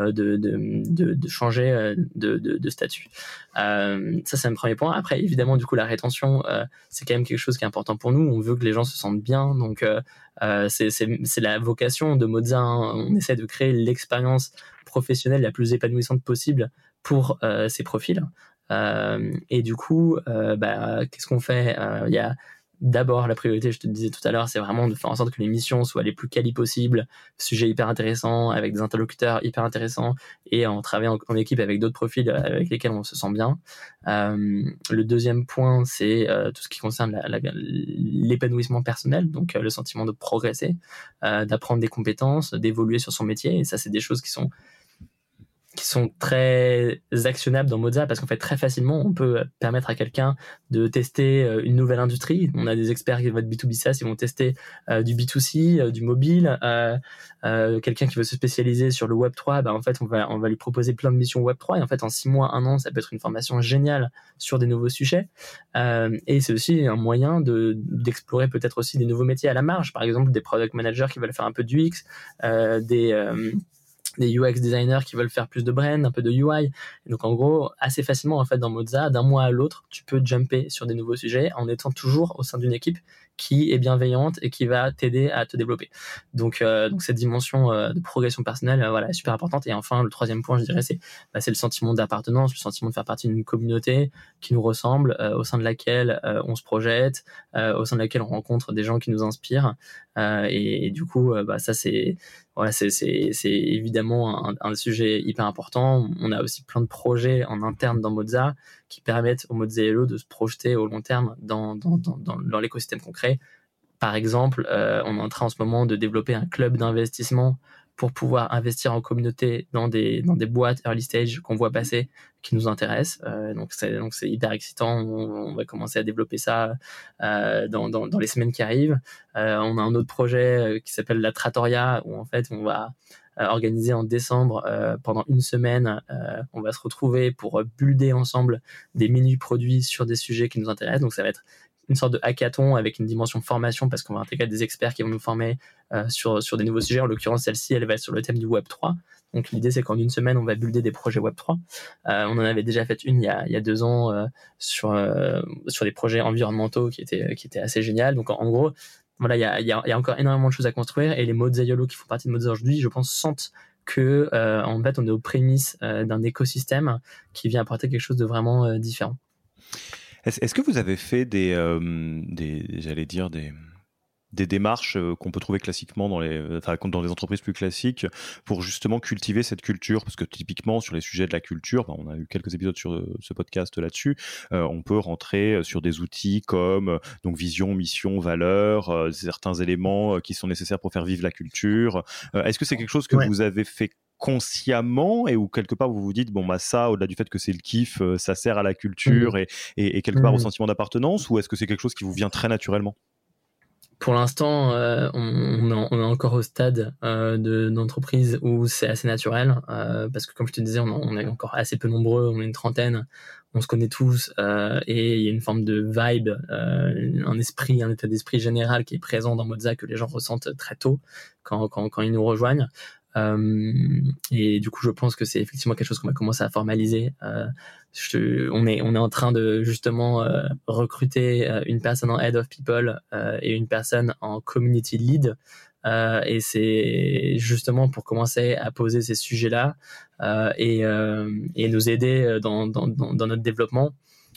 de changer de statut. Ça, c'est un premier point. Après, évidemment, du coup, la rétention, c'est quand même quelque chose qui est important pour nous. On veut que les gens se sentent bien, donc c'est la vocation de Moza, hein. On essaie de créer l'expérience professionnelle la plus épanouissante possible pour ces profils. Et du coup, qu'est-ce qu'on fait? Il y a d'abord la priorité, je te disais tout à l'heure, c'est vraiment de faire en sorte que les missions soient les plus quali possibles, sujet hyper intéressant, avec des interlocuteurs hyper intéressants, et en travaillant en équipe avec d'autres profils avec lesquels on se sent bien. Le deuxième point, c'est tout ce qui concerne l'épanouissement personnel, donc le sentiment de progresser, d'apprendre des compétences, d'évoluer sur son métier. Et ça, c'est des choses qui sont très actionnables dans Moza, parce qu'en fait, très facilement, on peut permettre à quelqu'un de tester une nouvelle industrie. On a des experts qui vont être B2B SaaS, ils vont tester du B2C, du mobile. Quelqu'un qui veut se spécialiser sur le Web3, en fait, on va lui proposer plein de missions Web3. Et en fait, en 6 mois, 1 an, ça peut être une formation géniale sur des nouveaux sujets. Et c'est aussi un moyen d'explorer peut-être aussi des nouveaux métiers à la marge. Par exemple, des product managers qui veulent faire un peu du UX, des UX designers qui veulent faire plus de brand, un peu de UI. Et donc, en gros, assez facilement, en fait, dans Moza, d'un mois à l'autre, tu peux jumper sur des nouveaux sujets en étant toujours au sein d'une équipe qui est bienveillante et qui va t'aider à te développer. Donc cette dimension de progression personnelle, voilà, est super importante. Et enfin, le troisième point, je dirais, c'est le sentiment d'appartenance, le sentiment de faire partie d'une communauté qui nous ressemble, au sein de laquelle on se projette, au sein de laquelle on rencontre des gens qui nous inspirent. Et du coup, ça, c'est évidemment un sujet hyper important. On a aussi plein de projets en interne dans Moza qui permettent aux Mozaiolos de se projeter au long terme dans l'écosystème concret. Par exemple, on est en train en ce moment de développer un club d'investissement pour pouvoir investir en communauté dans des boîtes early stage qu'on voit passer, qui nous intéressent. Donc c'est hyper excitant. On va commencer à développer ça dans les semaines qui arrivent. On a un autre projet qui s'appelle la Trattoria, où en fait on va organisé en décembre pendant une semaine. On va se retrouver pour builder ensemble des menus produits sur des sujets qui nous intéressent. Donc ça va être une sorte de hackathon avec une dimension formation, parce qu'on va intégrer des experts qui vont nous former sur des nouveaux sujets. En l'occurrence, celle-ci, elle va être sur le thème du Web3. Donc l'idée, c'est qu'en une semaine, on va builder des projets Web3. On en avait déjà fait une il y a 2 ans sur des projets environnementaux qui étaient assez génial. Donc en gros, voilà, il y a encore énormément de choses à construire, et les Mozaiolo qui font partie de Mozza aujourd'hui, je pense, sentent que en fait, on est aux prémices d'un écosystème qui vient apporter quelque chose de vraiment différent. Est-ce que vous avez fait des démarches qu'on peut trouver classiquement dans les entreprises plus classiques pour justement cultiver cette culture? Parce que typiquement sur les sujets de la culture, on a eu quelques épisodes sur ce podcast là-dessus, on peut rentrer sur des outils comme donc vision, mission, valeur, certains éléments qui sont nécessaires pour faire vivre la culture. Est-ce que c'est quelque chose que vous avez fait consciemment, et où quelque part vous vous dites ça, au-delà du fait que c'est le kiff, ça sert à la culture et quelque part au sentiment d'appartenance, ou est-ce que c'est quelque chose qui vous vient très naturellement? Pour l'instant, on est encore au stade d'entreprise où c'est assez naturel, parce que comme je te disais, on est encore assez peu nombreux, on est une trentaine, on se connaît tous, et il y a une forme de vibe, un état d'esprit général qui est présent dans Mozza, que les gens ressentent très tôt quand ils nous rejoignent. Et du coup, je pense que c'est effectivement quelque chose qu'on va commencer à formaliser. On est en train de justement recruter une personne en head of people et une personne en community lead. Et c'est justement pour commencer à poser ces sujets-là et nous aider dans notre développement.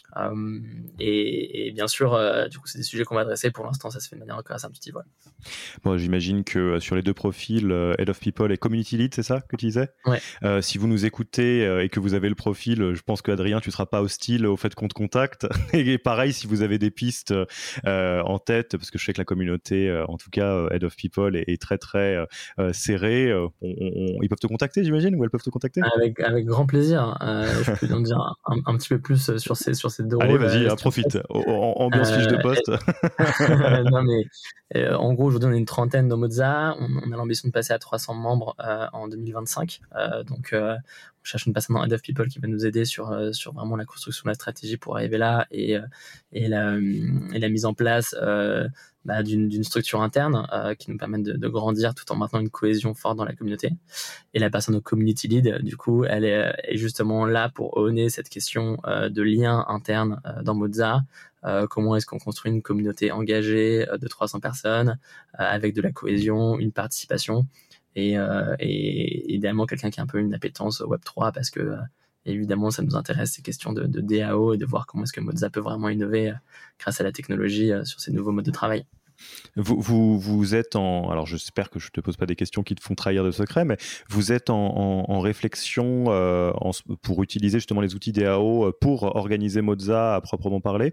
Et bien sûr, du coup, c'est des sujets qu'on va adresser. Pour l'instant, ça se fait de manière encore assez intuitive. Bon, j'imagine que sur les 2 profils, Head of People et Community Lead, c'est ça que tu disais? Ouais. Si vous nous écoutez et que vous avez le profil, je pense qu'Adrien, tu ne seras pas hostile au fait qu'on te contacte. Et pareil, si vous avez des pistes en tête, parce que je sais que la communauté, en tout cas Head of People, est très très serrée, ils peuvent te contacter, j'imagine, ou elles peuvent te contacter? Avec grand plaisir. Je peux en dire un petit peu plus sur ces 2 rôles. Allez, vas-y, profite. Ambiance fiche de poste. Non, mais en gros, aujourd'hui, on est une trentaine dans Mozza. On a l'ambition de passer à 300 membres en 2025. Donc, on cherche une personne en Head of People qui va nous aider sur vraiment la construction de la stratégie pour arriver là, et la mise en place d'une structure interne qui nous permette de grandir tout en maintenant une cohésion forte dans la communauté. Et la personne au community lead, du coup, elle est justement là pour owner cette question de lien interne dans Mozza. Comment est-ce qu'on construit une communauté engagée de 300 personnes avec de la cohésion, une participation, et idéalement quelqu'un qui a un peu une appétence au Web3, parce que évidemment ça nous intéresse, ces questions de DAO, et de voir comment est-ce que Mozza peut vraiment innover grâce à la technologie sur ces nouveaux modes de travail. Vous êtes alors j'espère que je te pose pas des questions qui te font trahir de secret, mais vous êtes en réflexion pour utiliser justement les outils DAO pour organiser Mozza à proprement parler.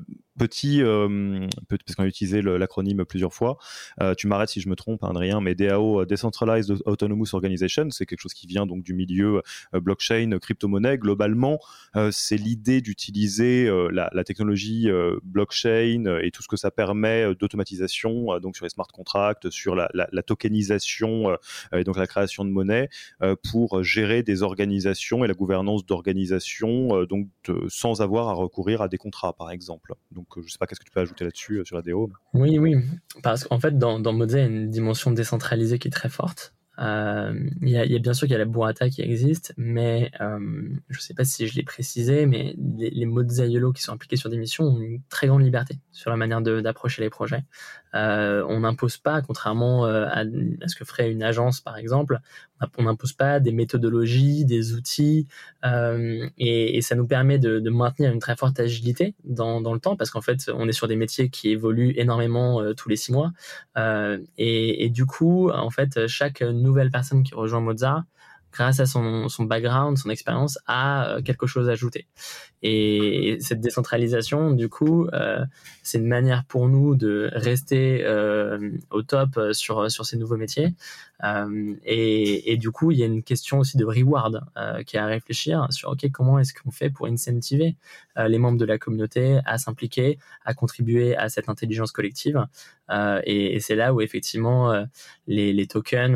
Parce qu'on a utilisé l'acronyme plusieurs fois, tu m'arrêtes si je me trompe, Adrien, mais DAO, Decentralized Autonomous Organization, c'est quelque chose qui vient donc du milieu blockchain, crypto-monnaie. Globalement, c'est l'idée d'utiliser la technologie blockchain et tout ce que ça permet d'automatisation, donc sur les smart contracts, sur la tokenisation et donc la création de monnaie, pour gérer des organisations et la gouvernance d'organisations, sans avoir à recourir à des contrats, par exemple. Donc, je ne sais pas, qu'est-ce que tu peux ajouter là-dessus sur la DAO? Oui, parce qu'en fait, dans Mozza, il y a une dimension décentralisée qui est très forte. Il y a bien sûr qu'il y a la burrata qui existe, mais je ne sais pas si je l'ai précisé, mais les Mozaiolo qui sont impliqués sur des missions ont une très grande liberté sur la manière d'approcher les projets. On n'impose pas, contrairement à ce que ferait une agence par exemple, on n'impose pas des méthodologies, des outils, et ça nous permet de maintenir une très forte agilité dans le temps, parce qu'en fait on est sur des métiers qui évoluent énormément tous les 6 mois, et du coup en fait chaque nouvelle personne qui rejoint Mozza, grâce à son background, son expérience, a quelque chose à ajouter. Et cette décentralisation, du coup, c'est une manière pour nous de rester au top sur ces nouveaux métiers, Et du coup, il y a une question aussi de reward qui est à réfléchir sur comment est-ce qu'on fait pour incentiver les membres de la communauté à s'impliquer, à contribuer à cette intelligence collective. Et c'est là où effectivement les tokens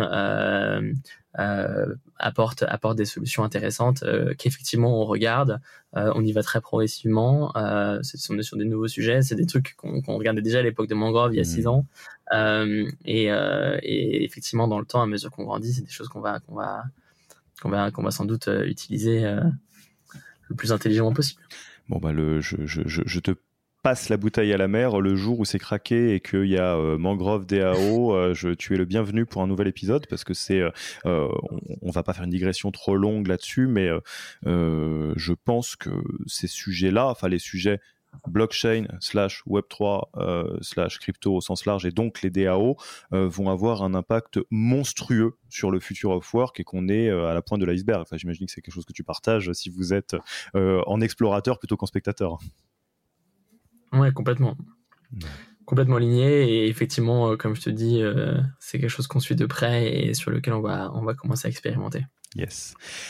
apportent des solutions intéressantes qu'effectivement on regarde, on y va très progressivement, on est sur des nouveaux sujets, c'est des trucs qu'on regardait déjà à l'époque de Mangrove il y a 6 ans, et effectivement dans le temps, à mesure qu'on grandit, c'est des choses qu'on va sans doute utiliser le plus intelligemment possible. Bon bah je te passe la bouteille à la mer le jour où c'est craqué et qu'il y a Mangrove DAO. Tu es le bienvenu pour un nouvel épisode, parce que on va pas faire une digression trop longue là-dessus, mais je pense que ces sujets-là, enfin les sujets blockchain / Web3 / crypto au sens large, et donc les DAO vont avoir un impact monstrueux sur le future of work, et qu'on est à la pointe de l'iceberg. Enfin, j'imagine que c'est quelque chose que tu partages si vous êtes en explorateur plutôt qu'en spectateur. Ouais, complètement. Complètement aligné, et effectivement, comme je te dis, c'est quelque chose qu'on suit de près et sur lequel on va commencer à expérimenter. Yes.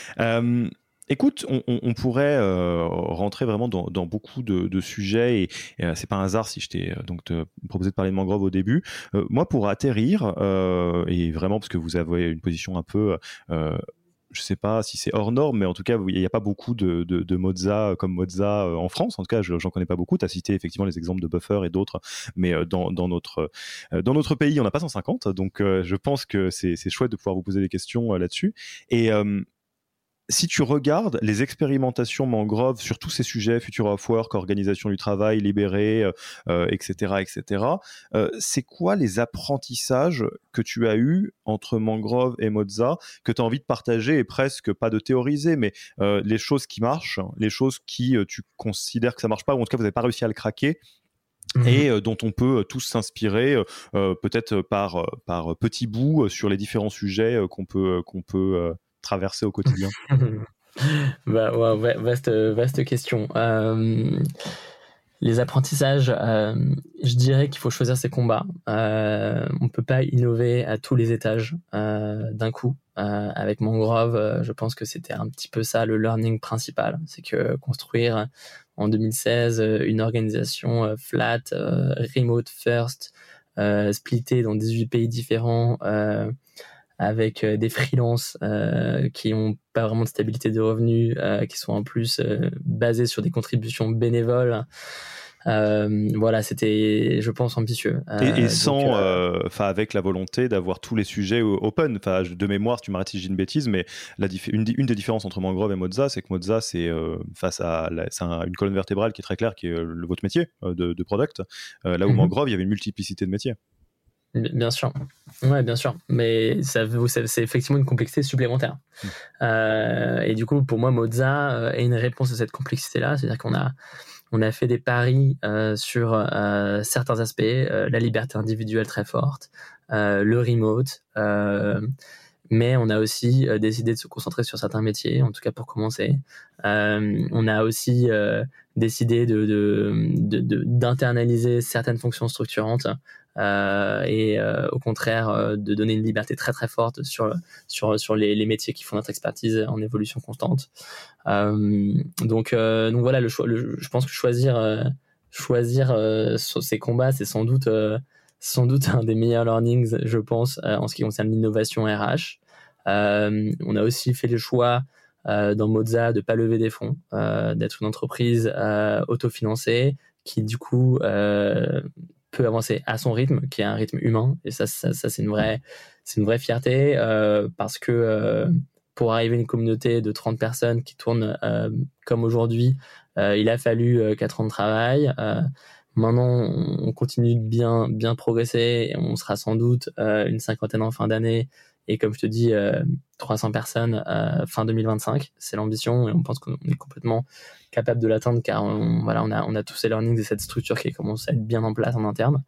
Écoute, on pourrait rentrer vraiment dans beaucoup de sujets, et c'est pas un hasard si je t'ai donc proposé de parler de Mangrove au début. Moi, pour atterrir, et vraiment parce que vous avez une position un peu je sais pas si c'est hors norme, mais en tout cas, il n'y a pas beaucoup de Moza comme Moza en France. En tout cas, j'en connais pas beaucoup. Tu as cité effectivement les exemples de Buffer et d'autres, mais dans notre pays, on n'a pas 150. Donc, je pense que c'est chouette de pouvoir vous poser des questions là-dessus. Et si tu regardes les expérimentations Mangrove sur tous ces sujets, Future of Work, organisation du travail, libéré, etc., c'est quoi les apprentissages que tu as eus entre Mangrove et Moza, que tu as envie de partager, et presque pas de théoriser, mais les choses qui marchent, les choses qui tu considères que ça marche pas, ou en tout cas vous n'avez pas réussi à le craquer, et dont on peut tous s'inspirer, peut-être par petits bouts sur les différents sujets qu'on peut traverser au quotidien. Vaste question. Les apprentissages, je dirais qu'il faut choisir ses combats. On peut pas innover à tous les étages d'un coup. Avec Mangrove, je pense que c'était un petit peu ça le learning principal, c'est que construire en 2016 une organisation flat, remote first, splittée dans 18 pays différents, avec des freelances qui n'ont pas vraiment de stabilité de revenus, qui sont en plus basés sur des contributions bénévoles. Voilà, c'était, je pense, ambitieux. Et sans, avec la volonté d'avoir tous les sujets open. Enfin, de mémoire, tu m'arrêtes si je dis une bêtise, mais une des différences entre Mangrove et Moza, c'est que Moza, c'est face à une colonne vertébrale qui est très claire, qui est votre métier de product. Là où Mangrove, il y avait une multiplicité de métiers. Bien sûr, ouais, bien sûr, mais c'est effectivement une complexité supplémentaire. Et du coup, pour moi, Moza est une réponse à cette complexité-là, c'est-à-dire qu'on a fait des paris sur certains aspects, la liberté individuelle très forte, le remote, mais on a aussi décidé de se concentrer sur certains métiers, en tout cas pour commencer. On a aussi décidé d'internaliser certaines fonctions structurantes, et au contraire de donner une liberté très très forte sur les métiers qui font notre expertise en évolution constante. Donc voilà, je pense que choisir ces combats, c'est sans doute un des meilleurs learnings, je pense, en ce qui concerne l'innovation RH. On a aussi fait le choix dans Moza de pas lever des fonds, d'être une entreprise autofinancée qui du coup peut avancer à son rythme, qui est un rythme humain, et ça c'est une vraie fierté, parce que pour arriver à une communauté de 30 personnes qui tourne comme aujourd'hui, il a fallu 4 ans de travail. Maintenant, on continue de bien progresser, et on sera sans doute une 50aine en fin d'année, et comme je te dis, 300 personnes fin 2025, c'est l'ambition, et on pense qu'on est complètement capable de l'atteindre, car on a tous ces learnings de cette structure qui commence à être bien en place en interne.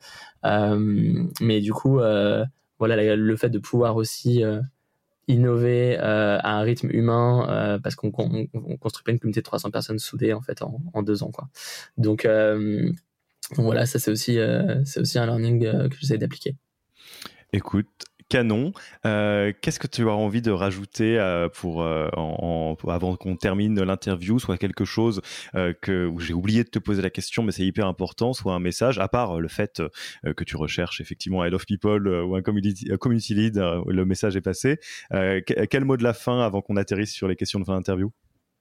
Mais du coup, voilà, le fait de pouvoir aussi innover à un rythme humain, parce qu'on construit pas une communauté de 300 personnes soudées en fait en 2 ans, quoi. Donc voilà, ça c'est aussi un learning que j'essaie d'appliquer. Écoute, Canon. Qu'est-ce que tu as envie de rajouter avant qu'on termine l'interview, soit quelque chose où j'ai oublié de te poser la question, mais c'est hyper important, soit un message, à part le fait que tu recherches effectivement Head of People ou un community lead, le message est passé. Quel mot de la fin avant qu'on atterrisse sur les questions de fin d'interview?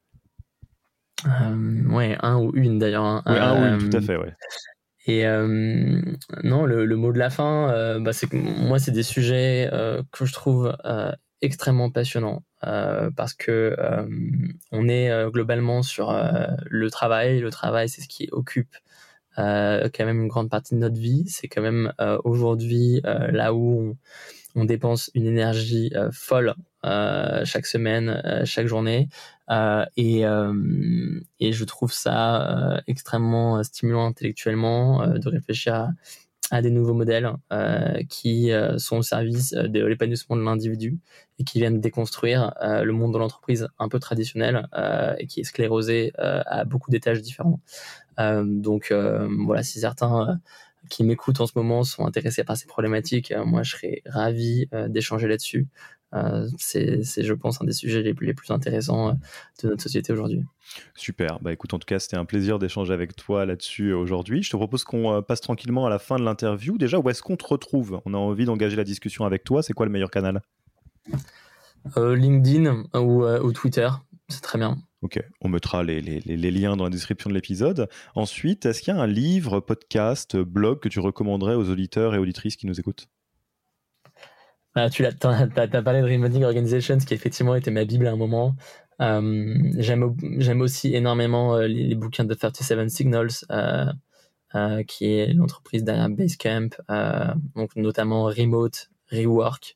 Ouais, un ou une d'ailleurs. Hein. Oui, un ou une, tout à fait, ouais. Et non, le mot de la fin, c'est que moi, c'est des sujets que je trouve extrêmement passionnants parce que on est globalement sur le travail. Le travail, c'est ce qui occupe quand même une grande partie de notre vie. C'est quand même aujourd'hui là où on dépense une énergie folle chaque semaine, chaque journée. Et je trouve ça extrêmement stimulant intellectuellement de réfléchir à des nouveaux modèles qui sont au service de l'épanouissement de l'individu et qui viennent déconstruire le monde de l'entreprise un peu traditionnel et qui est sclérosé à beaucoup d'étages différents. Donc voilà, si certains qui m'écoutent en ce moment sont intéressés par ces problématiques, moi je serais ravi d'échanger là-dessus. C'est, je pense, un des sujets les plus intéressants de notre société aujourd'hui. Super. Bah écoute, en tout cas, c'était un plaisir d'échanger avec toi là-dessus aujourd'hui. Je te propose qu'on passe tranquillement à la fin de l'interview. Déjà, où est-ce qu'on te retrouve? On a envie d'engager la discussion avec toi. C'est quoi le meilleur canal? LinkedIn ou Twitter, c'est très bien. Ok, on mettra les liens dans la description de l'épisode. Ensuite, est-ce qu'il y a un livre, podcast, blog que tu recommanderais aux auditeurs et auditrices qui nous écoutent? Tu as parlé de Remodeling Organizations, qui effectivement était ma bible à un moment. J'aime aussi énormément les bouquins de 37 Signals, qui est l'entreprise derrière Basecamp, donc notamment Remote, Rework,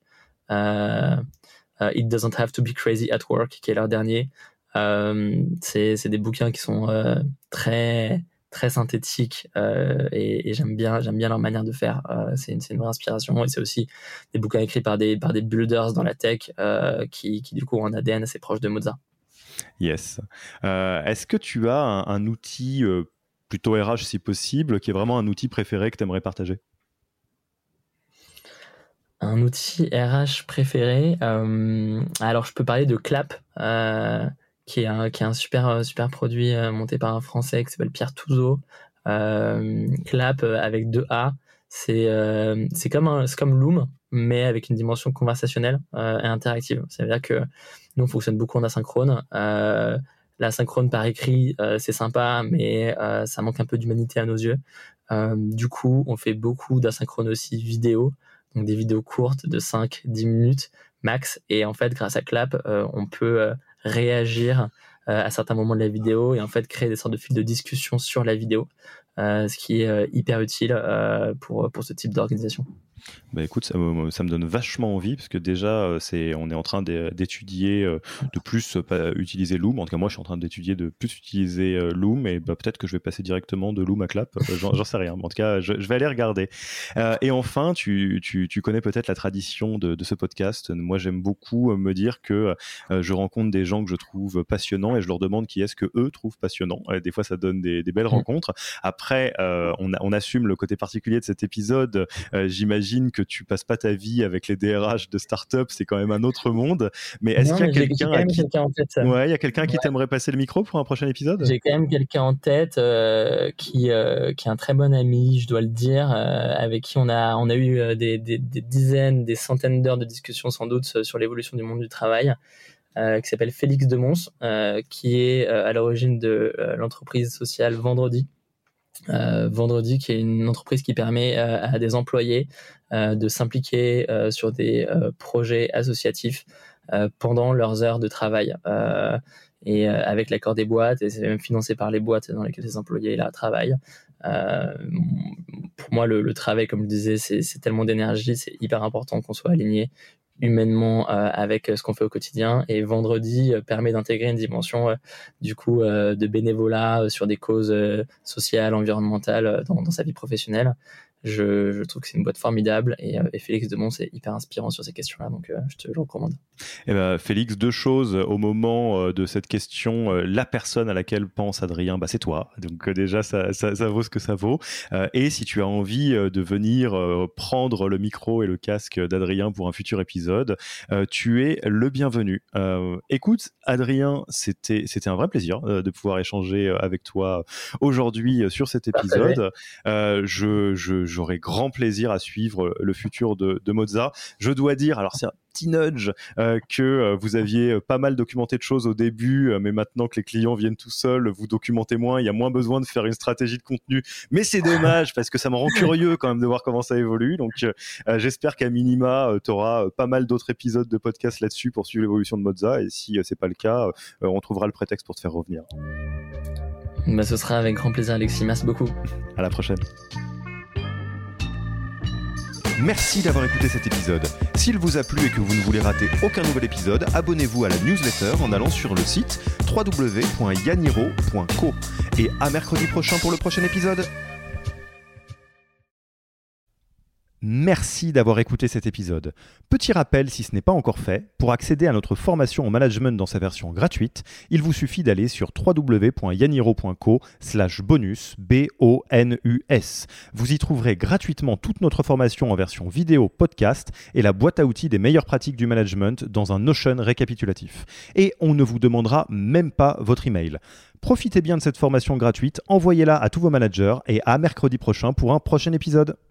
It Doesn't Have to Be Crazy at Work, qui est leur dernier. C'est des bouquins qui sont très très synthétiques et j'aime bien leur manière de faire. C'est une vraie inspiration et c'est aussi des bouquins écrits par des builders dans la tech qui du coup ont un ADN assez proche de Mozart. Yes. Est-ce que tu as un outil plutôt RH si possible, qui est vraiment un outil préféré que tu aimerais partager? Un outil RH préféré, alors je peux parler de Clap, qui est un super produit monté par un Français qui s'appelle Pierre Touzeau. Clap avec 2 A, c'est comme Loom, mais avec une dimension conversationnelle et interactive. Ça veut dire que nous on fonctionne beaucoup en asynchrone. L'asynchrone par écrit, c'est sympa, mais ça manque un peu d'humanité à nos yeux. Du coup, on fait beaucoup d'asynchrone aussi vidéo, donc des vidéos courtes de 5-10 minutes max. Et en fait, grâce à Clap, on peut réagir à certains moments de la vidéo et en fait créer des sortes de fils de discussion sur la vidéo, ce qui est hyper utile pour ce type d'organisation. Bah écoute, ça me donne vachement envie parce que déjà, on est en train d'étudier de plus utiliser Loom. En tout cas, moi, je suis en train d'étudier de plus utiliser Loom et peut-être que je vais passer directement de Loom à Clap. J'en sais rien. Mais en tout cas, je vais aller regarder. Et enfin, tu connais peut-être la tradition de ce podcast. Moi, j'aime beaucoup me dire que je rencontre des gens que je trouve passionnants et je leur demande qui est-ce que eux trouvent passionnant. Des fois, ça donne des belles rencontres. Après, on assume le côté particulier de cet épisode. J'imagine que tu passes pas ta vie avec les DRH de start-up, c'est quand même un autre monde. Mais est-ce qu'il y a quelqu'un en tête. Ouais, il y a quelqu'un qui t'aimerait passer le micro pour un prochain épisode? J'ai quand même quelqu'un en tête qui est un très bon ami, je dois le dire, avec qui on a eu des dizaines, des centaines d'heures de discussion sans doute sur l'évolution du monde du travail, qui s'appelle Félix Demons, qui est à l'origine de l'entreprise sociale Vendredi. Vendredi, qui est une entreprise qui permet à des employés de s'impliquer sur des projets associatifs pendant leurs heures de travail et avec l'accord des boîtes, et c'est même financé par les boîtes dans lesquelles les employés là travaillent. Pour moi, le travail, comme je disais, c'est tellement d'énergie, c'est hyper important qu'on soit aligné humainement avec ce qu'on fait au quotidien, et Vendredi permet d'intégrer une dimension du coup de bénévolat sur des causes sociales, environnementales dans sa vie professionnelle, Je trouve que c'est une boîte formidable et Félix Demont, c'est hyper inspirant sur ces questions-là, donc je te le recommande. Eh ben, Félix, 2 choses au moment de cette question. La personne à laquelle pense Adrien, c'est toi. Donc déjà, ça vaut ce que ça vaut. Et si tu as envie de venir prendre le micro et le casque d'Adrien pour un futur épisode, tu es le bienvenu. Écoute, Adrien, c'était un vrai plaisir de pouvoir échanger avec toi aujourd'hui sur cet épisode. J'aurai grand plaisir à suivre le futur de Moza. Je dois dire, alors c'est un petit nudge, que vous aviez pas mal documenté de choses au début, mais maintenant que les clients viennent tout seuls, vous documentez moins, il y a moins besoin de faire une stratégie de contenu, mais c'est dommage parce que ça me rend curieux quand même de voir comment ça évolue, donc j'espère qu'à minima tu auras pas mal d'autres épisodes de podcast là-dessus pour suivre l'évolution de Moza, et si c'est pas le cas, on trouvera le prétexte pour te faire revenir. Ce sera avec grand plaisir, Alexis, merci beaucoup. À la prochaine. Merci d'avoir écouté cet épisode. S'il vous a plu et que vous ne voulez rater aucun nouvel épisode, abonnez-vous à la newsletter en allant sur le site www.yaniro.co. Et à mercredi prochain pour le prochain épisode. Merci d'avoir écouté cet épisode. Petit rappel, si ce n'est pas encore fait, pour accéder à notre formation en management dans sa version gratuite, il vous suffit d'aller sur www.yaniro.co/bonus, BONUS. Vous y trouverez gratuitement toute notre formation en version vidéo, podcast et la boîte à outils des meilleures pratiques du management dans un Notion récapitulatif. Et on ne vous demandera même pas votre email. Profitez bien de cette formation gratuite, envoyez-la à tous vos managers et à mercredi prochain pour un prochain épisode.